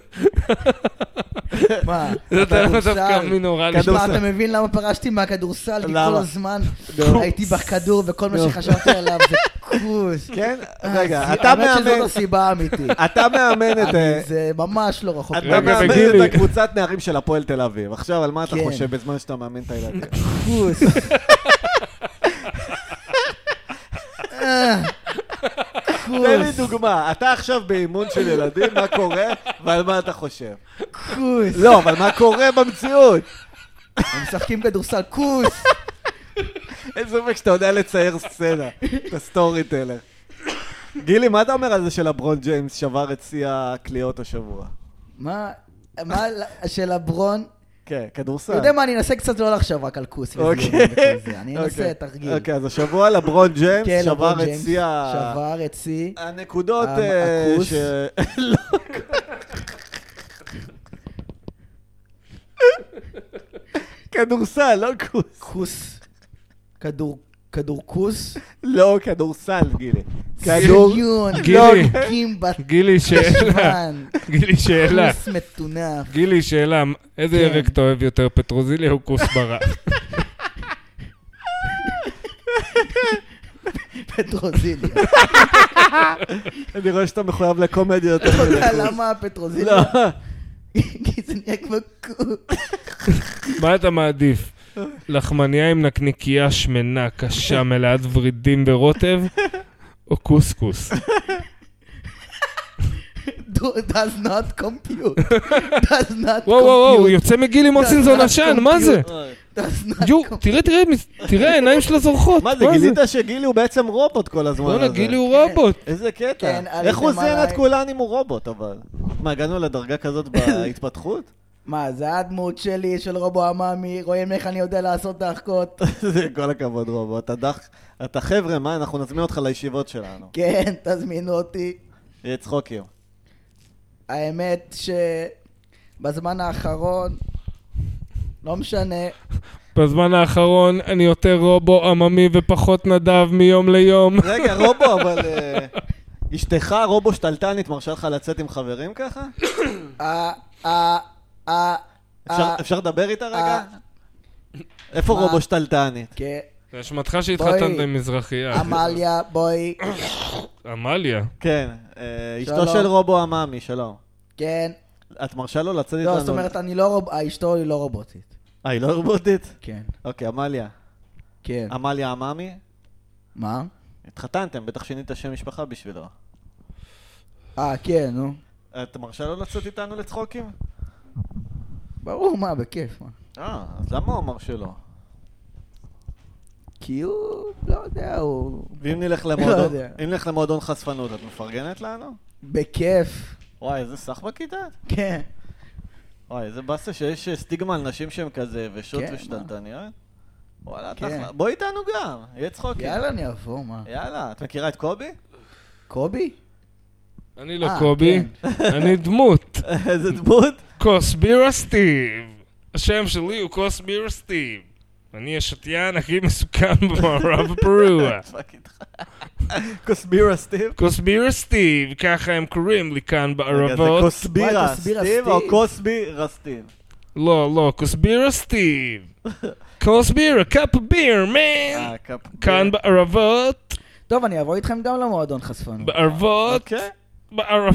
מה? כדורסל. אתה מבין למה פרשתי מהכדורסל? כי כל הזמן הייתי בכדור וכל מה שחשבתי עליו זה כוס. כן? רגע, אתה מאמן... האמת שזאת הסיבה האמיתית. אתה מאמן את... זה ממש לא רחוק. אתה מאמן את הקבוצת נערים של הפועל תל אביב. עכשיו, על מה אתה חושב בזמן שאתה מאמן את הילדים? כוס. תן לי דוגמה, אתה עכשיו באימון של ילדים, מה קורה ועל מה אתה חושב? כוס. לא, אבל מה קורה במציאות? הם משחקים כדורסל, כוס. אין ספק שאתה יודע לצייר סצנה, את הסטורי טלר. גילי, מה אתה אומר על זה שלברון ג'יימס שבר את שיא הקליעות השבוע? מה של לברון? כן, כדורסל. אתה יודע מה, אני אנסה קצת לא לחשוב רק על כוס וזיון וכל זה. אני אנסה תרגיל. אוקיי, אז השבוע לברון ג'יימס שבר את שיא שבר את שיא הנקודות הכוס. כדורסל, לא כוס. כוס. כדור כוס. לא, כדורסל, גילי. גילי שאלה. גילי שאלה. כוס מתונף. גילי שאלה. איזה ירק אתה אוהב יותר, פטרוזיליה או כוסברה? פטרוזיליה. אני רואה שאתה מחויב לקומדיה יותר. אתה יודע למה פטרוזיליה? כי זה נהיה כמו כוס. מה אתה מעדיף? לחמניה עם נקניקייה שמנה, קשה, מלאת ורידים ורוטב, או קוסקוס? does not compute. does not compute. וואו, הוא יוצא מגילי מוצינזון עשן, מה זה? יו, תראה, העיניים שלה זורחות. מה זה, גילית שגילי הוא בעצם רובוט כל הזמן הזה? בוא'נה, גילי הוא רובוט. איזה קטע. איך הוא זיין את כולן אם הוא רובוט, אבל? מה, הגענו לדרגה כזאת בהתפתחות? מה, זה הדמות שלי, של רובו המאמי, רואים איך אני יודע לעשות דחקות. זה כל הכבוד רובו, אתה חבר'ה, מה, אנחנו נזמין אותך לישיבות שלנו. כן, תזמינו אותי. יהיה צחוקים. האמת שבזמן האחרון, לא משנה. בזמן האחרון אני יותר רובו עממי ופחות נדב מיום ליום. רגע, רובו, אבל אשתך רובו שתלטנית מרשה לך לצאת עם חברים ככה? אפשר לדבר איתה רגע? איפה רובו שתלטנית? כן. זה אשמתך שהתחתנת עם מזרחייה. עמליה, בואי. עמליה? כן, אשתו של רובו המאמי, שלום. כן. את מרשה לו לצאת איתנו? לא, זאת אומרת, אשתו היא לא רובוטית. היא לא רובוטית? כן. אוקיי, עמליה. כן. עמליה המאמי? מה? התחתנתם, בטח שינית שם משפחה בשבילו. כן, נו. את מרשה לו לצאת איתנו לצחוקים? ברור, מה, בכיף, מה. אז למה הוא אמר שלא? כי הוא, לא יודע, הוא... ואם נלך למועדון חשפנות, את מפרגנת לנו? בכיף. וואי, איזה סך בכיתה? כן. וואי, איזה באסה שיש סטיגמה על נשים שהם כזה, ושוט ושתלטניות. וואלה, בוא איתנו גם, יהיה צחוקים. יאללה, אני אבוא, מה? יאללה, את מכירה את קובי? קובי? אני לא קובי, אני דמות. איזה דמות? קוסבירה סטיב. השם שלי הוא קוסבירה סטיב. אני השתיין הכי מסוכן במערב הפרוע. קוסבירה סטיב? קוסבירה סטיב, ככה הם קוראים לי כאן בערבות. זה קוסבירה סטיב או קוסבירה סטיב? לא, קוסבירה סטיב. קוסבירה, קאפ ביר, מן. כאן בערבות. טוב, אני אבוא איתכם גם למועדון חשפנות. בערבות. בערבות.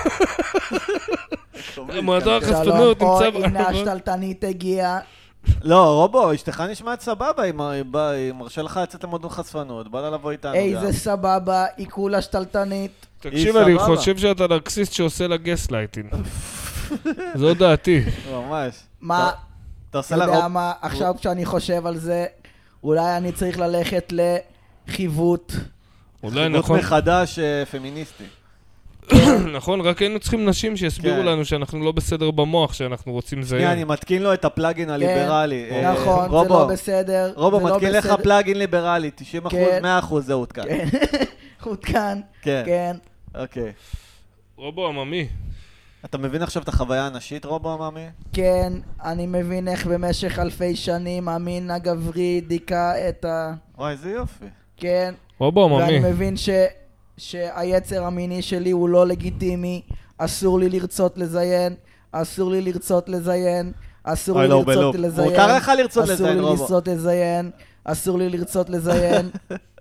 המועדון החשפנות נמצא בערבות. הנה השתלטנית הגיעה. לא, רובו, אשתך נשמעת סבבה, היא מרשה לך לצאת למועדון חספנות, בא לה לבוא איתנו גם. איזה סבבה, היא כולה שתלטנית. תקשיב, אני חושב שאתה נרקסיסט שעושה לה גסלייטינג. זו דעתי. ממש. מה? אתה יודע מה, עכשיו כשאני חושב על זה, אולי אני צריך ללכת לחיווט. חיווט מחדש פמיניסטי. נכון, רק היינו צריכים נשים שיסבירו לנו שאנחנו לא בסדר במוח, שאנחנו רוצים זיין. אני מתקין לו את הפלאגין הליברלי. נכון, זה לא בסדר. רובו, מתקין לך פלאגין ליברלי, 90%, 100% זה הותקן. הותקן, כן. אוקיי. רובו עממי. אתה מבין עכשיו את החוויה הנשית, רובו עממי? כן, אני מבין איך במשך אלפי שנים המין הגברי דיכא את ה... וואי, זה יופי. כן. רובו עממי. ואני מבין שהיצר המיני שלי הוא לא לגיטימי, אסור לי לרצות לזיין, אסור לי לרצות לזיין, אסור לי לרצות לזיין, מותר לך לרצות לזיין, רובו. אסור לי לרצות לזיין, אסור לי לרצות לזיין.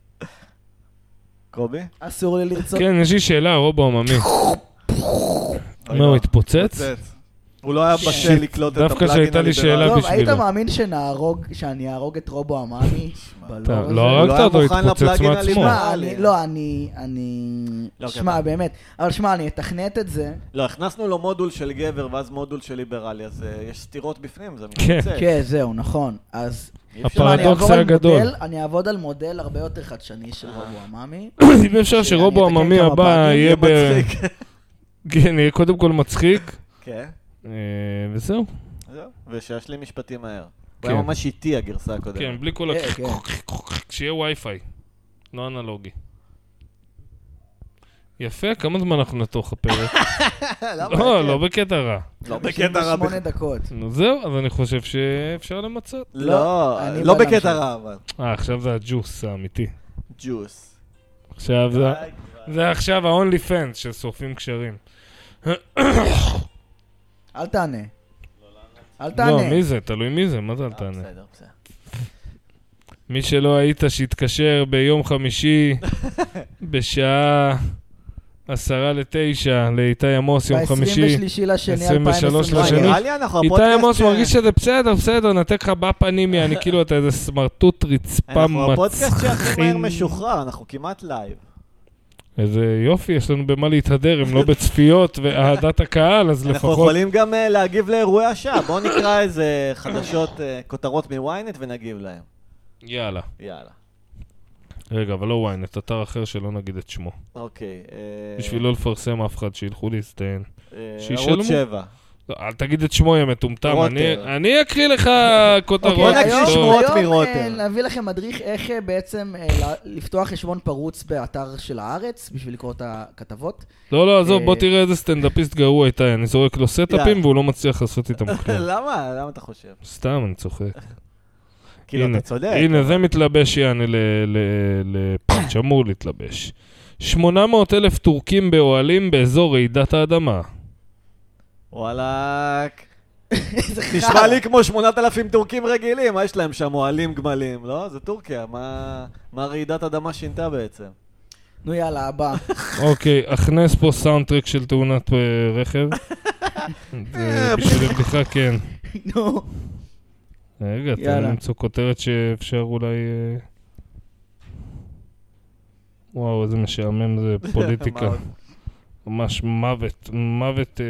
קובי? אסור לי לרצות... כן, יש לי שאלה, רובו עממי. מה, הוא התפוצץ? הוא לא היה בשל לקלוט את הפלאגין הליברלי. דווקא שהייתה לי שאלה בשבילו. טוב, היית מאמין שאני אהרוג את רובו עממי? לא הרגת אותו, התפוצץ מעצמו. לא, אני... שמע, באמת. אבל שמע, אני אתכנת את זה. לא, הכנסנו לו מודול של גבר ואז מודול של ליברלי, אז יש סתירות בפנים, זה מתפוצץ. כן, זהו, נכון. אז... הפרדוקס היה גדול. אני אעבוד על מודל הרבה יותר חדשני של רובו עממי. אם אפשר שרובו עממי הבא יהיה כן, יהיה קודם כל מצחיק. כן. וזהו. ושיש לי משפטים מהר. הוא היה ממש איטי הגרסה הקודמת. כן, בלי כל שיהיה וי-פיי. לא אנלוגי. יפה, כמה זמן אנחנו נתוך הפרק? לא בקטע רע. לא בקטע רע. 8 דקות. נו זהו, אז אני חושב שאפשר למצות. לא בקטע רע, אבל. עכשיו זה הג'וס האמיתי. ג'וס. עכשיו זה עכשיו ה-only fans ששורפים קשרים. אל תענה. אל תענה. לא, מי זה? תלוי מי זה, מה זה אל תענה? בסדר. מי שלא היית שיתקשר ביום חמישי בשעה 8:50 לאיתי עמוס, יום חמישי, ב-23/2/2022. איתי עמוס מרגיש שזה בסדר, נתק לך בפנים, אני כאילו אתה איזה סמרטוט רצפה מצחין. אנחנו הפודקאסט שהכי מהר משוחרר, אנחנו כמעט לייב. איזה יופי, יש לנו במה להתהדר, אם לא בצפיות ואהדת הקהל, אז לפחות... אנחנו יכולים גם להגיב לאירועי השעה, בואו נקרא איזה חדשות, כותרות מוויינט ונגיב להם. יאללה. יאללה. רגע, אבל לא וויינט, אתר אחר שלא נגיד את שמו. אוקיי. בשביל לא לפרסם אף אחד, שילכו להסתיין. ערוץ 7. לא, אל תגיד את שמו, יא מטומטם. אני אקריא לך כותרות. בוא נקריא שמות מרוטר. היום נביא לכם מדריך איך בעצם לפתוח חשבון פרוץ באתר של הארץ, בשביל לקרוא את הכתבות. לא, עזוב, בוא תראה איזה סטנדאפיסט גרוע איתי. אני זורק לו סטאפים והוא לא מצליח לעשות איתם כלום. למה? למה אתה חושב? סתם, אני צוחק. כאילו, אתה צודק. הנה, זה מתלבש יעני לפאנץ', אמור להתלבש. 800,000 טורקים באוהלים באזור רעידת האדמה. וואלק. נשמע לי כמו 8,000 טורקים רגילים, מה יש להם שם? אוהלים גמלים, לא? זה טורקיה, מה רעידת אדמה שינתה בעצם? נו יאללה, הבא. אוקיי, הכנס פה סאונדטרק של תאונת רכב. זה בשביל הבדיחה, כן. נו. רגע, תן למצוא כותרת שאפשר אולי... וואו, איזה משעמם זה פוליטיקה. ממש מוות...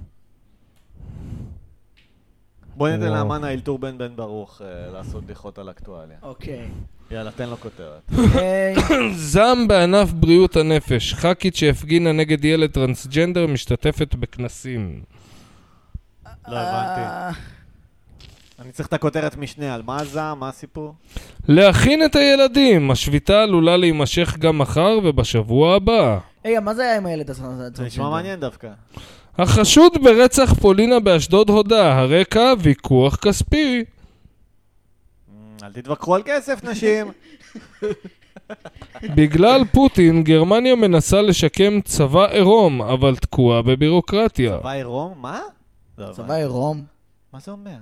בוא ניתן לאמן האלתור בן ברוך לעשות בדיחות על אקטואליה. אוקיי. יאללה, תן לו כותרת. זעם בענף בריאות הנפש. ח"כית שהפגינה נגד ילד טרנסג'נדר משתתפת בכנסים. לא הבנתי. אני צריך את הכותרת משנה, על מה הזעם, מה הסיפור? להכין את הילדים, השביתה עלולה להימשך גם מחר ובשבוע הבא. רגע, מה זה היה עם הילד הזה? זה נשמע מעניין דווקא. החשוד ברצח פולינה באשדוד הודה, הרקע ויכוח כספי. אל תתווכחו על כסף, נשים. בגלל פוטין, גרמניה מנסה לשקם צבא עירום, אבל תקועה בבירוקרטיה. צבא עירום? מה? צבא עירום? מה זה אומר?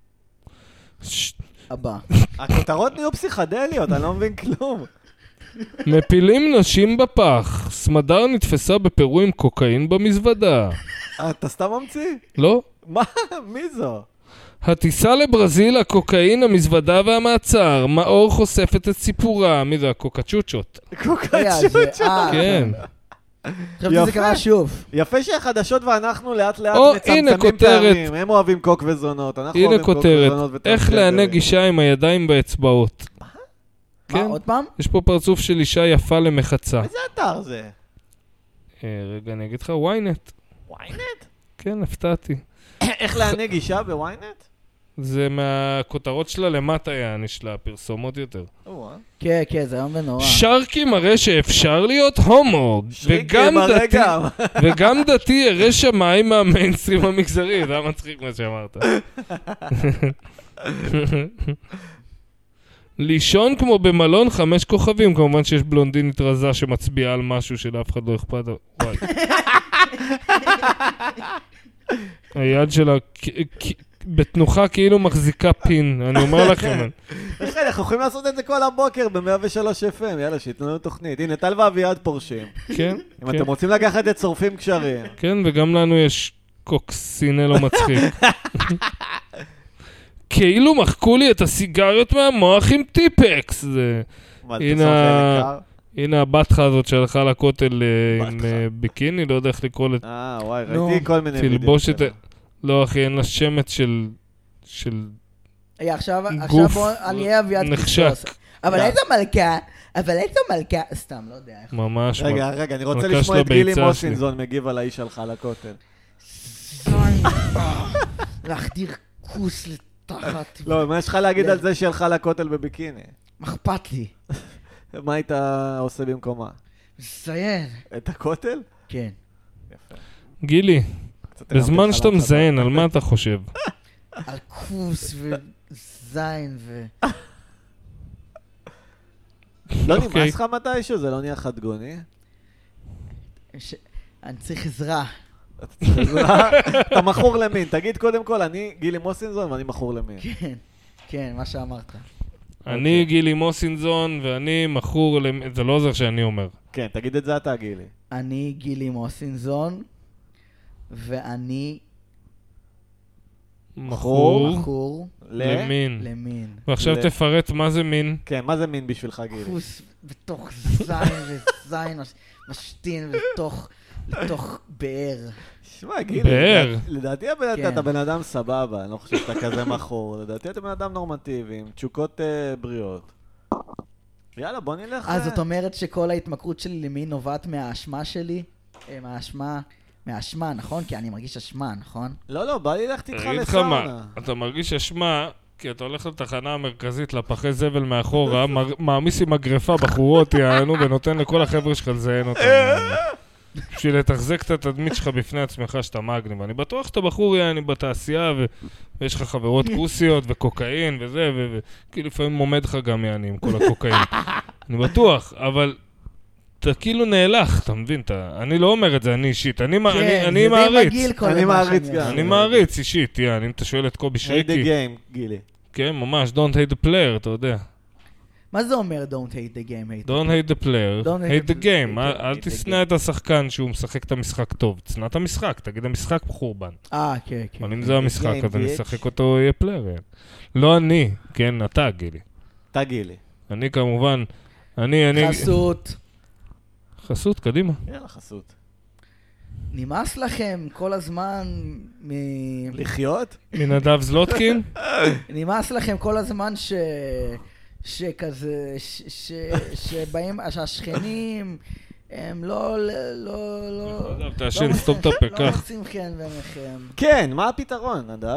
הבא. הכותרות נהיו פסיכדליות, אני לא מבין כלום. מפילים נשים בפח. סמדר נתפסה בפירו עם קוקאין במזוודה. אתה סתם ממציא? לא. מה? מי זו? הטיסה לברזיל, הקוקאין, המזוודה והמעצר. מאור חושפת את סיפורה. מי זה? הקוקצ'וצ'ות. קוקצ'וצ'ות? כן. חשבתי זה קרה שוב. יפה שהחדשות ואנחנו לאט לאט מצמצמים פערים. הם אוהבים קוק וזונות, אנחנו הנה אוהבים קוק וזונות כותרת. איך לענג אישה עם הידיים באצבעות. מה? מה, עוד פעם? יש פה פרצוף של אישה יפה למחצה. איזה אתר זה? רגע, אני אגיד לך, וויינט. וויינט? כן, הפתעתי. איך לענג אישה בוויינט? זה מהכותרות שלה למטה יעני שלה, פרסומות יותר. כן, כן, זה היום ונורא. שרקי מראה שאפשר להיות הומו, וגם דתי ירא שמיים מהמיינסטרים המגזרי, זה היה מצחיק מה שאמרת. לישון כמו במלון 5 כוכבים, כמובן שיש בלונדינית רזה שמצביעה על משהו שלאף אחד לא אכפת. וואי. היד שלה בתנוחה כאילו מחזיקה פין, אני אומר לכם. אנחנו יכולים לעשות את זה כל הבוקר ב-103 FM, יאללה, שיתנו לנו תוכנית. הנה, טל ואביעד פורשים. כן. אם אתם רוצים לקחת את שורפים קשרים. כן, וגם לנו יש קוקסינלו מצחיק. כאילו מחקו לי את הסיגריות מהמוח עם טיפקס. הנה הבת הזאת שהלכה לכותל עם ביקיני, לא יודע איך לקרוא לת... וואי, ראיתי כל מיני וידאים. לא אחי, אין לה שמץ של עכשיו גוף אני אהיה אביעד נחשק. אבל איזו מלכה, סתם, לא יודע. ממש. רגע, אני רוצה לשמוע את גילי מוסינזון מגיב על האיש שלך לכותל. להחדיר כוס לתחת. לא, מה יש לך להגיד על זה שהלכה לכותל בביקיני? מה אכפת לי? מה היית עושה במקומה? זיין. את הכותל? כן. יפה. גילי. בזמן שאתה מזיין, על מה אתה חושב? על כוס וזין לא נמאס לך מתישהו? זה לא נהיה חדגוני? אני צריך עזרה. אתה מכור למין. תגיד קודם כל, אני גילי מוסינזון ואני מכור למין. כן, כן, מה שאמרת. אני גילי מוסינזון ואני מכור למין. זה לא עוזר שאני אומר. כן, תגיד את זה אתה, גילי. אני גילי מוסינזון ואני מכור למין. ועכשיו תפרט מה זה מין. כן, מה זה מין בשבילך, גילי? כוס בתוך זין משתין לתוך באר. שמע, גילי, באר. לדעתי אתה בן אדם סבבה, אני לא חושב שאתה כזה מכור. לדעתי אתה בן אדם נורמטיבי, עם תשוקות בריאות. יאללה, בוא נלך. זאת אומרת שכל ההתמכרות שלי למין נובעת מהאשמה שלי? מהאשמה, נכון? כי אני מרגיש אשמה, נכון? לא, בא לי ללכת איתך לסאונה. אתה מרגיש אשמה, כי אתה הולך לתחנה המרכזית, לפחי זבל מאחורה, מעמיס עם הגרפה בחורות, יענו, ונותן לכל החבר'ה שלך לזיין אותם. בשביל לתחזק את התדמית שלך בפני עצמך שאתה מגניב. אני בטוח שאתה בחור יעני בתעשייה, ויש לך חברות כוסיות וקוקאין וזה, וכאילו לפעמים עומד לך גם יעני עם כל הקוקאין. אני בטוח, אבל אתה כאילו נהלך, אתה מבין? אני לא אומר את זה, אני אישית. אני מעריץ. אני מעריץ אישית, אם אתה שואל את קובי שריקי. hate the game, גילי. כן, ממש, don't hate the player, אתה יודע. מה זה אומר don't hate the game? Don't hate the player, hate the game. אל תשנא את השחקן שהוא משחק את המשחק טוב. תשנא את המשחק, תגיד המשחק חורבן. כן. אבל אם זה המשחק, אז אני אשחק אותו, יהיה פלייר. לא אני, כן, אתה גילי. אתה גילי. אני כמובן, חסות. חסות, קדימה. יאללה, חסות. נמאס לכם כל הזמן לחיות? מנדב זלוטקין? נמאס לכם כל הזמן שכזה, שבאים, שהשכנים הם לא תעשן, סתום את הפה, לא מוצאים חן בעיניכם. כן, מה הפתרון, נדב?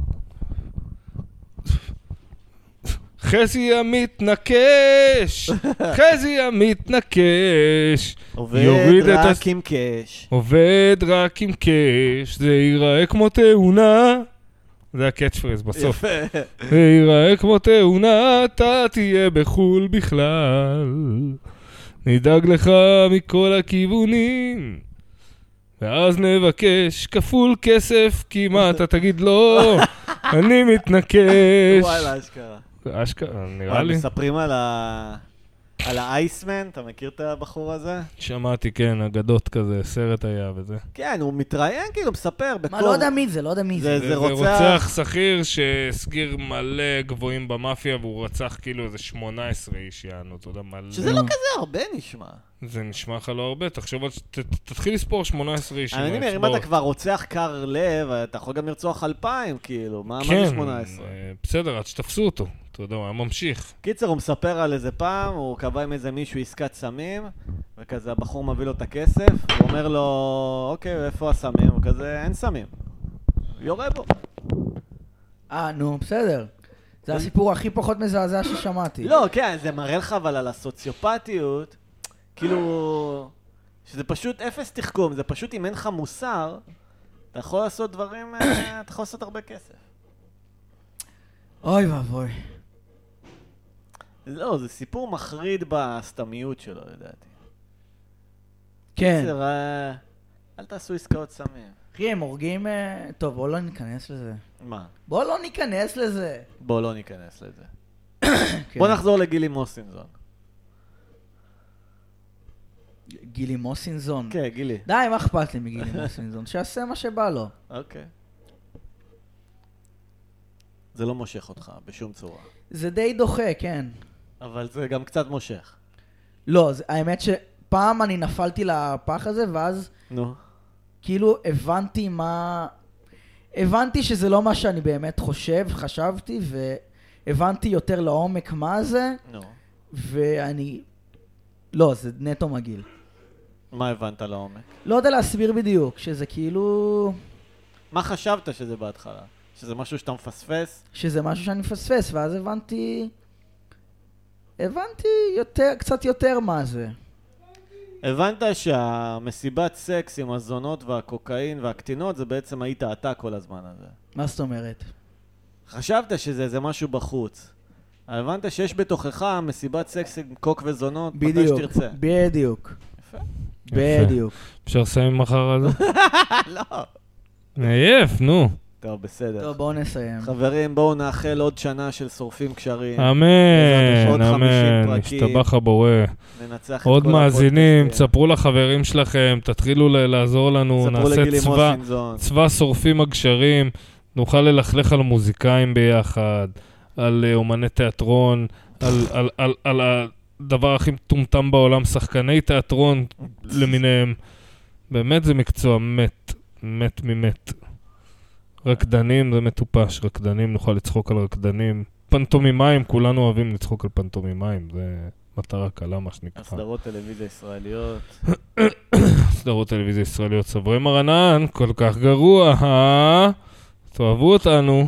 חזי המתנקש, חזי המתנקש, עובד רק עם קש. עובד רק עם קש, זה ייראה כמו תאונה. זה הקאץ' פרייז בסוף. יפה. זה ייראה כמו תאונה, אתה תהיה בחול בכלל. נדאג לך מכל הכיוונים, ואז נבקש כפול כסף, כי מה אתה תגיד לא, אני מתנקש. וואלה, אשכרה. אשכרה, נראה לי. מספרים על האייסמן, אתה מכיר את הבחור הזה? שמעתי, כן, אגדות כזה, סרט היה וזה. כן, הוא מתראיין כאילו, מספר בקור. מה, לא יודע מי זה, לא יודע מי זה. זה רוצח שכיר שהסגיר מלא גבוהים במאפיה, והוא רצח כאילו איזה 18 איש יענו, אתה יודע, מלא. שזה לא כזה הרבה נשמע. זה נשמע לך לא הרבה, תחשוב, תתחיל לספור 18 איש. אני אומר, אם אתה כבר רוצח קר לב, אתה יכול גם לרצוח 2,000, כאילו, מה זה 18? בסדר, עד שתפסו אותו. אתה יודע, הוא ממשיך. קיצר, הוא מספר על איזה פעם, הוא קבע עם איזה מישהו עסקת סמים, וכזה הבחור מביא לו את הכסף, הוא אומר לו, אוקיי, איפה הסמים? הוא כזה, אין סמים. יורה בו. נו, בסדר. זה הסיפור הכי פחות מזעזע ששמעתי. לא, כן, זה מראה לך אבל על הסוציופתיות, כאילו, שזה פשוט אפס תחכום, זה פשוט אם אין לך מוסר, אתה יכול לעשות דברים, אתה יכול לעשות הרבה כסף. אוי ואבוי. לא, זה סיפור מחריד בסתמיות שלו, לדעתי. כן. בסדר, אל תעשו עסקאות סמים. אחי, הם הורגים... טוב, בואו לא ניכנס לזה. מה? בואו לא ניכנס לזה. בואו לא ניכנס לזה. בואו נחזור לגילי מוסינזון. גילי מוסינזון? כן, גילי. די, מה אכפת לי מגילי מוסינזון? שיעשה מה שבא לו. אוקיי. זה לא מושך אותך בשום צורה. זה די דוחה, כן. אבל זה גם קצת מושך. לא, האמת שפעם אני נפלתי לפח הזה, ואז כאילו הבנתי שזה לא מה שאני באמת חשבתי, והבנתי יותר לעומק מה זה, ואני... לא, זה נטו מגעיל. מה הבנת לעומק? לא יודע להסביר בדיוק, שזה כאילו... מה חשבת שזה בהתחלה? שזה משהו שאתה מפספס? שזה משהו שאני מפספס, ואז הבנתי יותר, קצת יותר מה זה. הבנת שהמסיבת סקס עם הזונות והקוקאין והקטינות זה בעצם היית אתה כל הזמן הזה. מה זאת אומרת? חשבת שזה משהו בחוץ. הבנת שיש בתוכך מסיבת סקס עם קוק וזונות מתי שתרצה. בדיוק. יפה. בדיוק. אפשר לסיים מחר על זה? לא. עייף, נו. טוב, בסדר. טוב, בואו נסיים. חברים, בואו נאחל עוד שנה של שורפים קשרים. אמן, אמן, השתבח הבורא. ננצח את עוד כל מאזינים, הפודקאסטים. תספרו לחברים שלכם, תתחילו לעזור לנו, תספרו נעשה לגילי מוסינזון. צבא שורפים הגשרים, נוכל ללכלך על מוזיקאים ביחד, על אומני תיאטרון, על הדבר הכי מטומטם בעולם, שחקני תיאטרון למיניהם. באמת זה מקצוע מת ממת. רקדנים זה מטופש, רקדנים נוכל לצחוק על רקדנים. פנטומימיים, כולנו אוהבים לצחוק על פנטומימיים, זה מטרה קלה מה שנקרא. סדרות טלוויזיה ישראליות. סדרות טלוויזיה ישראליות, סברי מרנן, כל כך גרוע, תאהבו אותנו.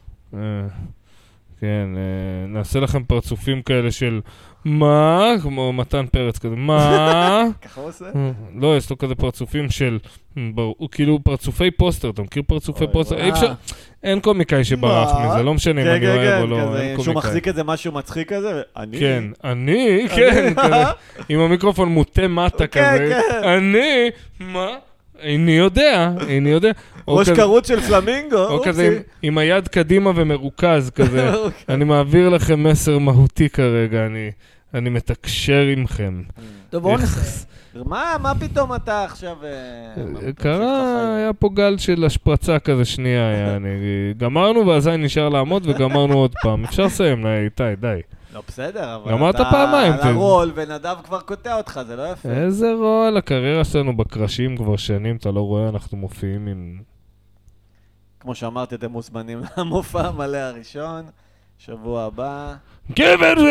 כן, נעשה לכם פרצופים כאלה של מה? כמו מתן פרץ כזה, מה? ככה הוא עושה? לא, יש לו כזה פרצופים של, כאילו פרצופי פוסטר, אתה מכיר פרצופי פוסטר? אי אפשר, אין קומיקאי שברח מזה, לא משנה אם אני אוהב או לא, אין קומיקאי. שהוא מחזיק איזה משהו מצחיק כזה, אני? כן, אני, כן, עם המיקרופון מוטה מטה כזה, אני, מה? איני יודע. ראש קרות של פלמינגו. או כזה עם היד קדימה ומרוכז כזה. אני מעביר לכם מסר מהותי כרגע, אני מתקשר עמכם. טוב, בואו נסיים. מה פתאום אתה עכשיו... קרה, היה פה גל של השפרצה כזה שנייה, גמרנו ועזי נשאר לעמוד וגמרנו עוד פעם. אפשר לסיים, איתי, די. לא בסדר, אבל גמרת פעמיים. אתה על הרול ונדב כבר קוטע אותך, זה לא יפה. איזה רול, הקריירה שלנו בקרשים כבר שנים, אתה לא רואה, אנחנו מופיעים עם... כמו שאמרתי, אתם מוזמנים למופע המלא הראשון, שבוע הבא. גבר זה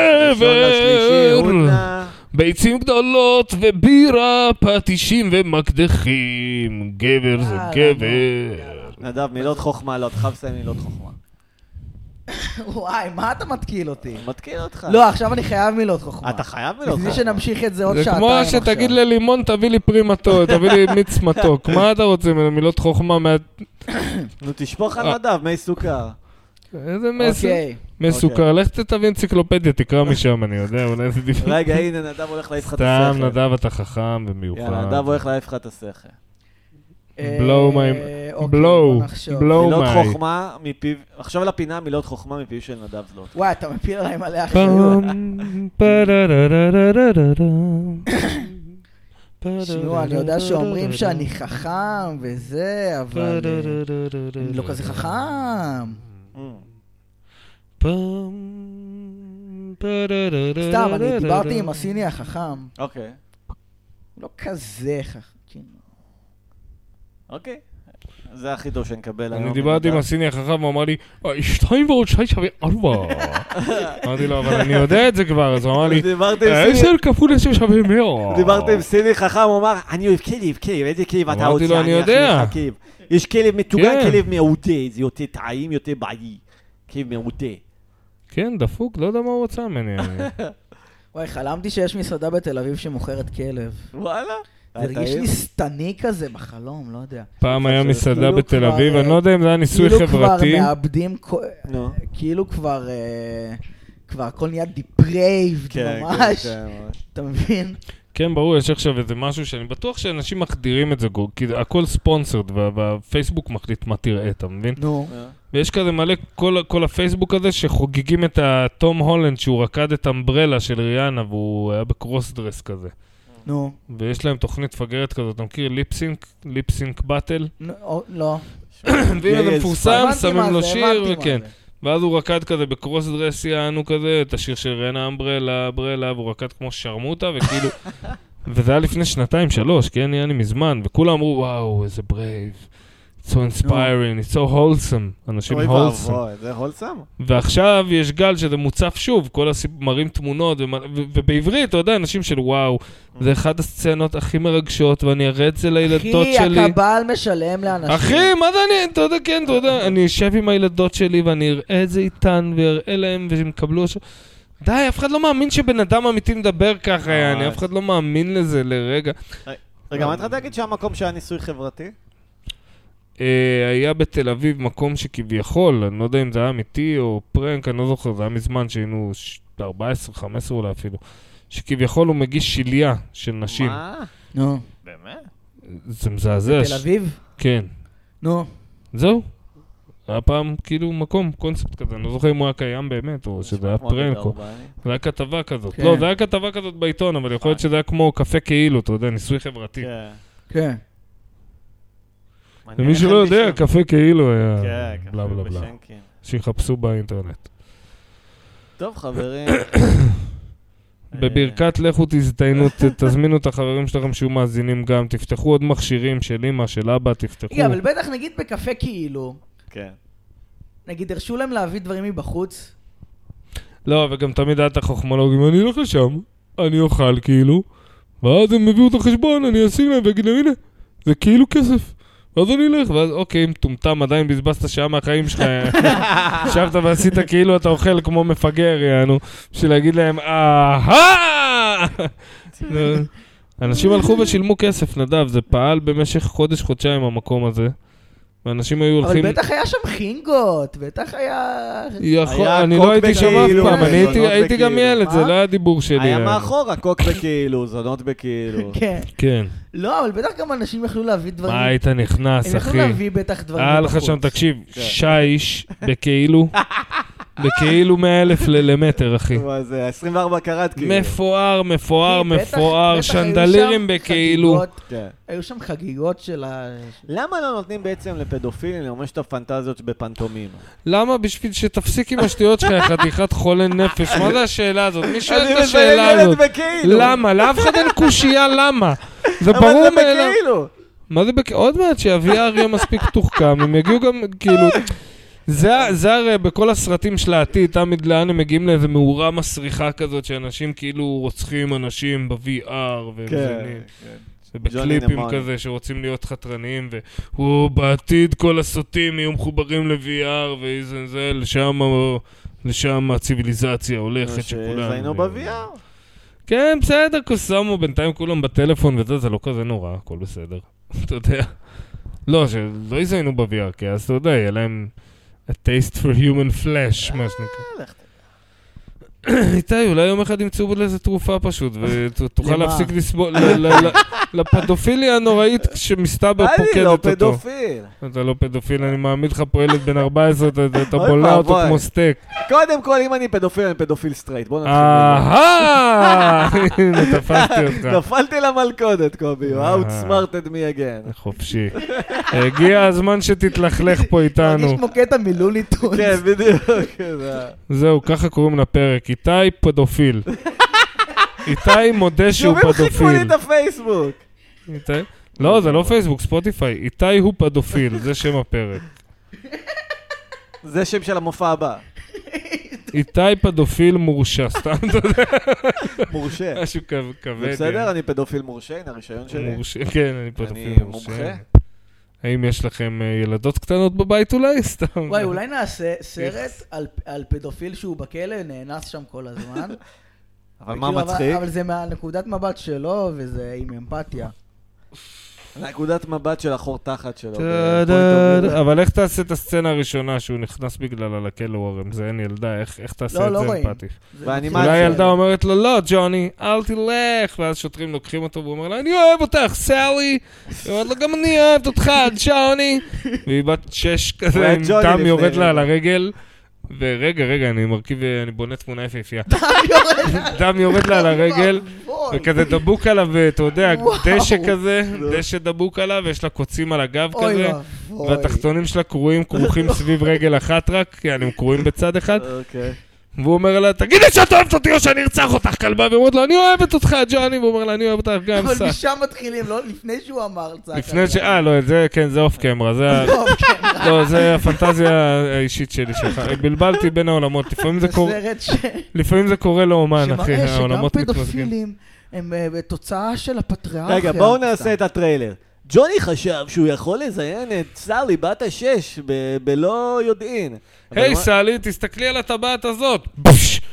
גבר! ביצים גדולות ובירה, פטישים ומקדחים. גבר זה גבר. נדב, מילות חוכמה, לא, תחב לסיים מילות חוכמה. וואי, מה אתה מתקיל אותי? מתקיל אותך. לא, עכשיו אני חייב מילות חוכמה. אתה חייב מילות חוכמה. לפני שנמשיך את זה עוד שעתיים עכשיו. עכשיו. זה כמו שתגיד ללימון, תביא לי פרי מתוק, תביא לי מיץ מתוק. מה אתה רוצה מילות חוכמה? נו, תשפוך על נדב, מי סוכר. איזה מי סוכר. לך תביא אנציקלופדיה, תקרא משם, אני יודע. רגע, הנה, נדב הולך להעיף לך את השכל. סתם, נדב, אתה חחם ומיוחד. יאללה, נדב הולך להעיף לך את השכל. בלו מילות חוכמה מפיו, עכשיו לפינה מילות חוכמה מפיו של נדב זלוט. וואי, אתה מפיל עליי מלא אחריות. שינו, אני יודע שאומרים שאני חכם וזה, אבל אני לא כזה חכם. סתם, אני דיברתי עם הסיני החכם. אוקיי. לא כזה חכם. אוקיי. זה הכי טוב שנקבל היום. אני דיברתי עם הסיני החכם, הוא אמר לי, 2 ועוד 2 שווה 4. אמרתי לו, אבל אני יודע את זה כבר, אז הוא אמר לי, 10 כפול 10 שווה 100. דיברתי עם סיני חכם, הוא אמר, אני אוהב כלב, איזה כלב אתה רוצה? אמרתי לו, אני יודע. יש כלב מתוגן, כלב מעוטה, זה יותר טעים, יותר בעי. כלב מעוטה. כן, דפוק, לא יודע מה הוא רוצה ממני. וואי, חלמתי שיש מסעדה בתל אביב שמוכרת כלב. וואלה? זה הרגיש לי סטני כזה בחלום, לא יודע. פעם היה מסעדה בתל אביב, אני לא יודע אם זה היה ניסוי חברתי. כאילו כבר מאבדים, כאילו כבר הכל נהיה דיפרייבד ממש. אתה מבין? כן, ברור, יש עכשיו איזה משהו שאני בטוח שאנשים מחדירים את זה, כי הכל ספונסרד, והפייסבוק מחליט מה תראה, אתה מבין? נו. ויש כזה מלא, כל הפייסבוק הזה שחוגגים את התום הולנד, שהוא רקד את אמברלה של ריאנה, והוא היה בקרוס דרס כזה. נו. ויש להם תוכנית פגרת כזאת, אתה מכיר ליפסינק באטל? לא. ואם זה מפורסם, שמים לו שיר, וכן. ואז הוא רקד כזה בקרוס דרס יענו כזה, את השיר של ריאנה אמברלה, והוא רקד כמו שרמוטה, וכאילו... וזה היה לפני 2-3, כן? יעני מזמן, וכולם אמרו, וואו, איזה ברייב. so inspiring, it's so wholesome, אנשים wholesome. זה wholesome? ועכשיו יש גל שזה מוצף שוב, כל מראים תמונות, ובעברית, אתה יודע, אנשים של וואו, זה אחד הסצנות הכי מרגשות, ואני אראה את זה לילדות שלי. אחי, הקבל משלם לאנשים. אחי, מה זה אני, אתה יודע, כן, אתה יודע, אני אשב עם הילדות שלי, ואני אראה את זה איתן, ואראה להם, והם קבלו... די, אף אחד לא מאמין שבן אדם אמיתי מדבר ככה, אף אחד לא מאמין לזה לרגע. רגע, מה אתה להגיד שהמקום שהיה ניסוי חברתי? היה בתל אביב מקום שכביכול, אני לא יודע אם זה היה אמיתי או פרנק, אני לא זוכר, זה היה מזמן שהיינו 14, 15 אולי אפילו, שכביכול הוא מגיש שיליה של נשים. מה? נו. באמת? זה מזעזע. בתל אביב? כן. נו. זהו. היה פעם כאילו מקום, קונספט כזה, אני לא זוכר אם הוא היה קיים באמת, או שזה היה פרנק, או... זה היה כתבה כזאת. לא, זה היה כתבה כזאת בעיתון, אבל יכול להיות שזה היה כמו קפה כאילו, אתה יודע, ניסוי חברתי. כן. ומי שלא יודע, קפה כאילו היה... כן, בלה בלה בלה. שיחפשו באינטרנט. טוב, חברים. בברכת לכו תזדיינו, תזמינו את החברים שלכם שיהיו מאזינים גם, תפתחו עוד מכשירים של אמא, של אבא, תפתחו. אבל בטח נגיד בקפה כאילו. כן. נגיד, הרשו להם להביא דברים מבחוץ? לא, וגם תמיד היה את החוכמולוגים, אני אלך לשם, אני אוכל כאילו, ואז הם מביאו את החשבון, אני אשים להם ואגיד להם, הנה, זה כאילו כסף. ואז אני אלך, ואז אוקיי, אם טומטם עדיין בזבזת שעה מהחיים שלך, ישבת ועשית כאילו אתה אוכל כמו מפגר, יענו, בשביל להגיד להם, אנשים הלכו ושילמו כסף, נדב, זה פעל במשך חודש-חודשיים המקום הזה. ואנשים היו הולכים... אבל בטח היה שם חינגות, בטח היה... אני לא הייתי שם אף פעם, אני הייתי גם ילד, זה לא היה דיבור שלי. היה מאחורה, קוק בכאילו, זונות בכאילו. כן. לא, אבל בטח גם אנשים יכלו להביא דברים... מה היית נכנס, אחי? הם יכלו להביא בטח דברים היה לך שם, תקשיב, שיש בכאילו... בכאילו 100,000 למטר, אחי. מה זה, 24 קראט כאילו. מפואר, שנדלירים בכאילו. היו שם חגיגות של ה... למה לא נותנים בעצם לפדופילים לממש את הפנטזיות בפנטומים? למה? בשביל שתפסיק עם השטויות שלך, חתיכת חולה נפש. מה זה השאלה הזאת? מי שואל את השאלה הזאת? למה? לאף אחד אין קושייה, למה? זה ברור מאליו. מה זה בכאילו? עוד מעט שהוויאר יהיה מספיק תוחכם, הם יגיעו גם כאילו... זה הרי בכל הסרטים של העתיד, תמיד לאן הם מגיעים לאיזה מאורה מסריחה כזאת, שאנשים כאילו רוצחים אנשים ב-VR, ובקליפים כזה שרוצים להיות חתרניים, ובעתיד כל הסוטים יהיו מחוברים ל-VR, וזה לשם הציביליזציה הולכת שכולם... היינו ב-VR. כן, בסדר, קוסמו, בינתיים כולם בטלפון וזה, זה לא כזה נורא, הכל בסדר. אתה יודע. לא, שלא יזיינו ב-VR, כי אז אתה יודע, יהיה להם... A taste for human flesh, מה שנקרא. איתי, אולי יום אחד ימצאו לאיזה תרופה פשוט, ותוכל להפסיק לסבול, לפדופיליה הנוראית שמסתבר פוקדת אותו. אני לא פדופיל. אתה לא פדופיל, אני מעמיד לך פה ילד בן 14, אתה בולע אותו כמו סטייק. קודם כל, אם אני פדופיל, אני פדופיל סטרייט. בוא נתחיל. הנה, תפסתי אותך. נפלתי למלכודת, קובי. outsmarted me again. חופשי. הגיע הזמן שתתלכלך פה איתנו. יש כמו קטע מלולי טונס. כן, בדיוק. זהו, ככה קוראים לפרק. איתי פדופיל. איתי מודה שהוא פדופיל. שוב הם חיכו לי את הפייסבוק. לא, זה לא פייסבוק, ספוטיפיי. איתי הוא פדופיל, זה שם הפרק. זה שם של המופע הבא. איתי פדופיל מורשע, סתם אתה יודע. מורשע. משהו כבד. בסדר, אני פדופיל מורשע, הנה הרישיון שלי. כן, אני פדופיל מורשע. מומחה. האם יש לכם ילדות קטנות בבית אולי? סתם. וואי, אולי נעשה סרט על פדופיל שהוא בכלא, נאנס שם כל הזמן. אבל מה מצחיק? אבל זה מהנקודת מבט שלו, וזה עם אמפתיה. נקודת מבט של החור תחת שלו. אבל איך תעשה את הסצנה הראשונה שהוא נכנס בגללה לכלא, הוא מזיין ילדה, איך תעשה את זה אמפתי? אולי ילדה אומרת לו, לא, ג'וני, אל תלך, ואז שוטרים לוקחים אותו והוא אומר לה, אני אוהב אותך, סלי, היא אומרת לו, גם אני אוהבת אותך, ג'וני, והיא בת 6 כזה, עם דם יורד לה על הרגל, ורגע, אני מרכיב, אני בונה תמונה יפהפייה. דם יורד לה על הרגל, וכזה דבוק עליו, ואתה יודע, דשא כזה, דשא דבוק עליו, ויש לה קוצים על הגב כזה, והתחתונים שלה כרוכים סביב רגל אחת רק, כי הם קרועים בצד אחד. והוא אומר לה, תגידי שאת אוהבת אותי או שאני ארצח אותך, כלבה, והוא אומר לו, אני אוהבת אותך, ג'וני, והוא אומר לה, אני אוהבת אותך גם סע. אבל משם מתחילים, לא? לפני שהוא אמר צעק. לפני לא, זה, כן, זה אוף קמרה, לא, זה הפנטזיה האישית שלי שלך. בלבלתי בין העולמות, לפעמים זה קורה לאומן, אחי, העולמות מתמזגים. שמראה שגם פדופילים הם בתוצאה של הפטריארכיה. רגע, בואו נעשה את הטריילר. ג'וני חשב שהוא יכול לזיין את סלי בת 6 בלא יודעין. היי סלי, תסתכלי על הטבעת הזאת.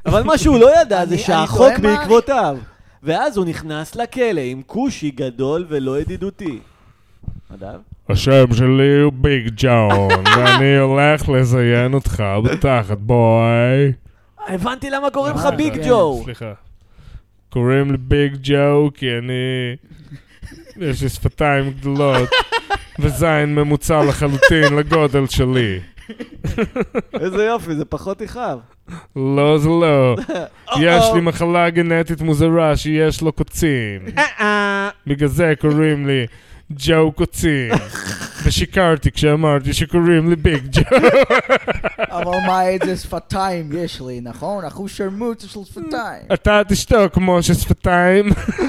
אבל מה שהוא לא ידע זה אני שהחוק טועה מה? בעקבותיו. ואז הוא נכנס לכלא עם קושי גדול ולא ידידותי. נדב? השם שלי הוא ביג ג'ון, ואני הולך לזיין אותך בתחת, בוי. הבנתי למה קוראים לך ביג כן. ג'ו. סליחה. קוראים לי ביג ג'ו כי אני... יש לי שפתיים גדולות, וזין ממוצע לחלוטין לגודל שלי. איזה יופי, זה פחות יכאב. לא, זה לא. יש לי מחלה גנטית מוזרה שיש לו קוצים. בגלל זה קוראים לי ג'ו קוצים. ושיקרתי כשאמרתי שקוראים לי ביג ג'ו. אבל מה איזה שפתיים יש לי, נכון? אחוז שרמוטה של שפתיים. אתה תשתוק כמו ששפתיים.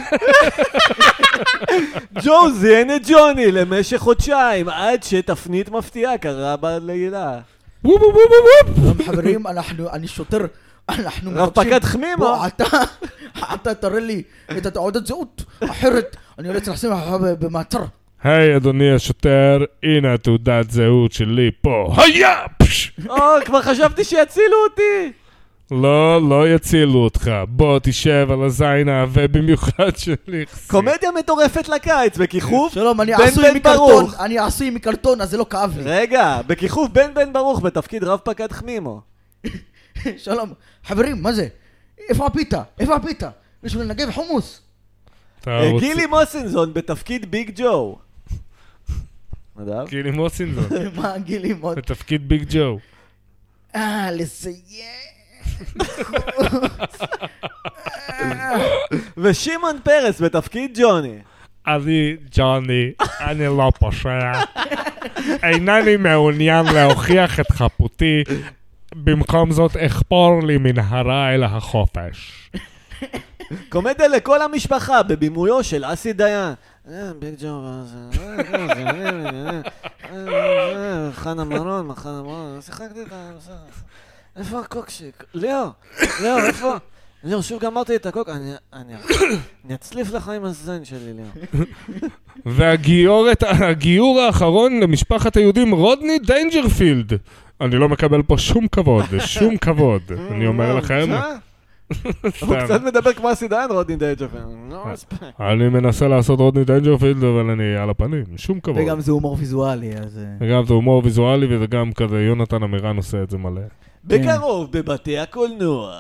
ג'ו זיין את ג'וני למשך חודשיים, עד שתפנית מפתיעה קרה בלילה. וופ וופ וופ וופ. חברים, אני שוטר, אנחנו רב פקד חמימו. בוא, אתה תראה לי את התעודת זהות, אחרת אני הולך לשים לך במעצר. היי אדוני השוטר, הנה התעודת זהות שלי פה. היה! כבר חשבתי שיצילו אותי. לא, לא יצילו אותך. בוא תשב על הזין העבה במיוחד שלי. קומדיה מטורפת לקיץ, בכיכוב שלום, אני בן עשוי בן מקרטון, ברוך. אני עשוי מקרטון, אז זה לא כאב לי. רגע, בכיכוב בן ברוך בתפקיד רב פקד חמימו. שלום, חברים, מה זה? איפה הפיתה? איפה הפיתה? יש לי לנגב חומוס. גילי מוסינזון בתפקיד ביג ג'ו. נדב? גילי מוסינזון. מה גילי מות? בתפקיד ביג ג'ו. לסיים. ושמעון פרס בתפקיד ג'וני. אני ג'וני, אני לא פושע. אינני מעוניין להוכיח את חפותי. במקום זאת אכפור לי מנהרה אל החופש. קומדיה לכל המשפחה בבימויו של אסי דיין. ביג ג'ו, חנה מרון, שיחקתי את ה... איפה הקוקשיק? ליאור, איפה? ליאור, שוב גמרתי את הקוק, אני אצליף לך עם הזין שלי, ליאור. והגיור האחרון למשפחת היהודים, רודני דיינג'רפילד. אני לא מקבל פה שום כבוד, שום כבוד. אני אומר לכם. הוא קצת מדבר כמו אסי דיין, רודני דיינג'רפילד. אני מנסה לעשות רודני דיינג'רפילד, אבל אני על הפנים, שום כבוד. וגם זה הומור ויזואלי, אז... וגם זה הומור ויזואלי, וזה גם כזה, יונתן אמירן עושה את זה מלא. בקרוב, בבתי הקולנוע.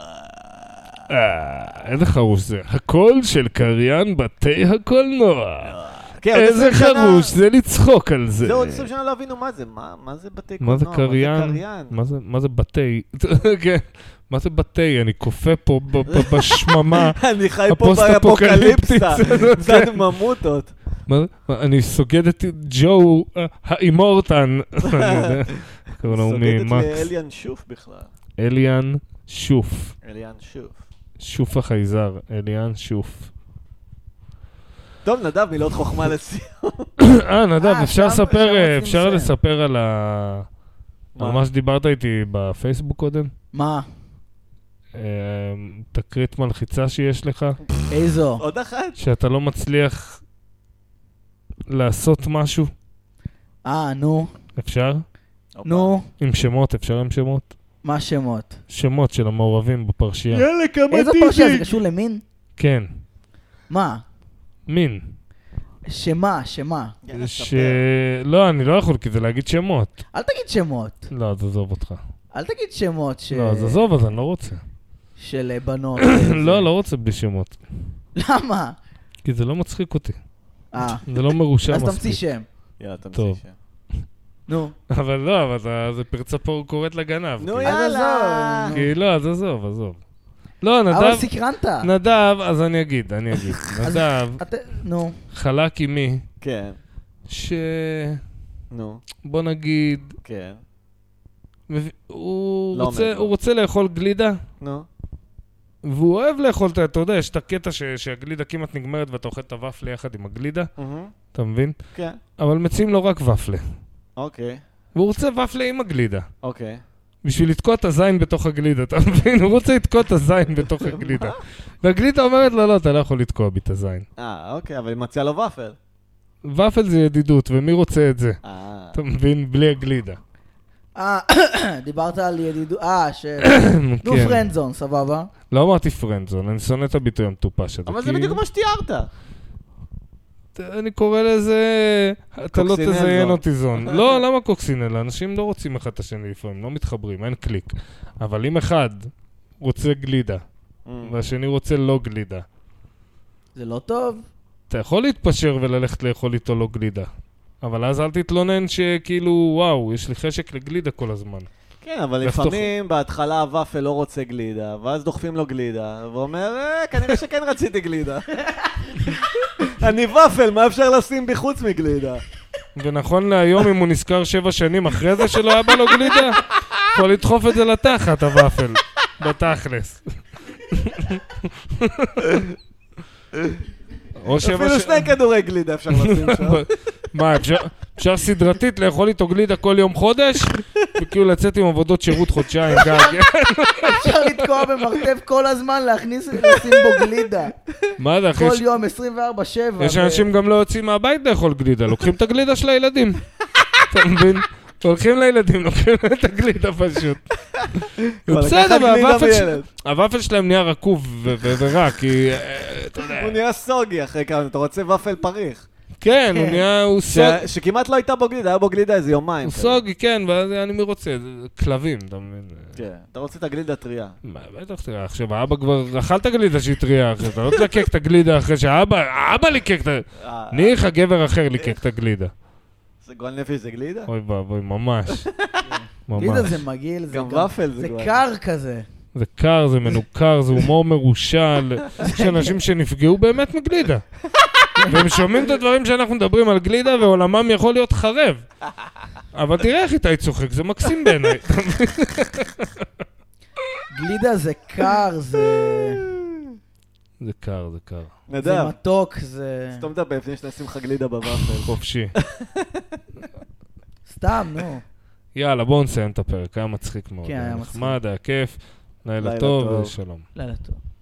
איזה חרוש זה. הקול של קריין בתי הקולנוע. כן, איזה חרוש, זה לצחוק על זה. זה עוד 20 שנה לא הבינו מה זה, מה זה בתי קולנוע? מה זה קריין? מה זה בתי? מה זה בתי? אני קופא פה בשממה אני חי פה באפוקליפסה, זה ממוטות. אני סוגד את ג'ו האימורטן. סוגדת לאליאן שוף בכלל. אליאן שוף. אליאן שוף. שוף החייזר, אליאן שוף. טוב, נדב, מילות חוכמה לסיום. נדב, אפשר לספר על מה שדיברת איתי בפייסבוק קודם? מה? תקרית מלחיצה שיש לך. איזו? עוד אחת? שאתה לא מצליח לעשות משהו. נו. אפשר? נו. עם שמות, אפשר עם שמות? מה שמות? שמות של המעורבים בפרשייה. יאללה, כמה איזו פרשייה? זה קשור למין? כן. מה? מין. שמה? לא, אני לא יכול, כי זה להגיד שמות. אל תגיד שמות. לא, אז עזוב אותך. אל תגיד שמות לא, אז עזוב, אז אני לא רוצה. של בנות. לא רוצה בלי שמות. למה? כי זה לא מצחיק אותי. זה לא מרושע מספיק. אז תמציא שם. יאללה, תמציא שם. נו. אבל לא, זה פרצה פה קוראת לגנב. נו, יאללה. כי לא, אז עזוב. לא, נדב... אבל סקרנת. נדב, אז אני אגיד. נדב, נו. חלק עימי. כן. נו. בוא נגיד... כן. הוא רוצה לאכול גלידה. נו. והוא אוהב לאכול, אתה יודע, יש את הקטע שהגלידה כמעט נגמרת ואתה אוכל את הוואפלה יחד עם הגלידה. אתה מבין? כן. אבל מציעים לו רק וואפלה. אוקיי. והוא רוצה וואפלה עם הגלידה. אוקיי. בשביל לתקוע את הזין בתוך הגלידה, אתה מבין? הוא רוצה לתקוע את הזין בתוך הגלידה. והגלידה אומרת לו, לא, אתה לא יכול לתקוע בי את הזין. אוקיי, אבל היא מציעה לו וואפל. וואפל זה ידידות, ומי רוצה את זה? אתה מבין? בלי הגלידה. דיברת על ידידות, נו פרנדזון, סבבה. לא אמרתי פרנדזון, אני שונא את הביטוי המטופש הזה. אבל זה בדיוק מה שתיארת. אני קורא לזה, אתה לא תזיין אותי זון. לא, למה קוקסינל? אנשים לא רוצים אחד את השני לפעמים, לא מתחברים, אין קליק. אבל אם אחד רוצה גלידה, והשני רוצה לא גלידה. זה לא טוב. אתה יכול להתפשר וללכת לאכול איתו לא גלידה. אבל אז אל תתלונן שכאילו, וואו, יש לי חשק לגלידה כל הזמן. כן, אבל לפעמים בהתחלה הוואפל לא רוצה גלידה, ואז דוחפים לו גלידה, ואומר, כנראה שכן רציתי גלידה. אני וואפל, מה אפשר לשים בי חוץ מגלידה? ונכון להיום, אם הוא נזכר 7 שנים אחרי זה שלא היה בא לו גלידה, יכול לדחוף את זה לתחת, הוואפל. בתכלס. אפילו 2 כדורי גלידה אפשר לשים שם. מה, אפשר סדרתית לאכול איתו גלידה כל יום חודש, וכאילו לצאת עם עבודות שירות חודשיים גג. אפשר לתקוע במרתף כל הזמן להכניס ולשים בו גלידה. מה זה, אחי? כל יום, 24/7. יש אנשים גם לא יוצאים מהבית לאכול גלידה, לוקחים את הגלידה של הילדים. אתה מבין? הולכים לילדים, לוקחים את הגלידה פשוט. בסדר, הוואפל שלהם נהיה רקוב ורע, כי... הוא נהיה סוגי אחרי כמה, אתה רוצה וואפל פריך. כן, הוא סוגי. שכמעט לא הייתה בו גלידה, היה בו גלידה איזה יומיים. הוא סוגי, כן, ואני מי רוצה, כלבים, אתה מבין? כן, אתה רוצה את הגלידה טריה. בטח טריה, עכשיו האבא כבר אכל את הגלידה שהיא טריה, עכשיו אתה לא תלקק את הגלידה אחרי שהאבא ליקק את הגלידה. ניח הגבר אחר ליקק את הגלידה. זה גועל נפש, זה גלידה? אוי ואבוי, ממש. גלידה זה מגעיל, גם וואפל זה קר כזה. זה קר, זה מנוכר, זה הומור מרושל. יש אנשים שנפגעו באמת מגלידה. והם שומעים את הדברים שאנחנו מדברים על גלידה, ועולמם יכול להיות חרב. אבל תראה איך איתי צוחק, זה מקסים בעיניי. גלידה זה קר, זה... זה קר, זה קר. זה מתוק, זה... סתום את הפה, לפני שנשים לך גלידה בוואפל. חופשי. סתם, נו. יאללה, בואו נסיים את הפרק, היה מצחיק מאוד. כן, היה מצחיק. נחמד, היה כיף. לילה טוב ושלום. לילה טוב.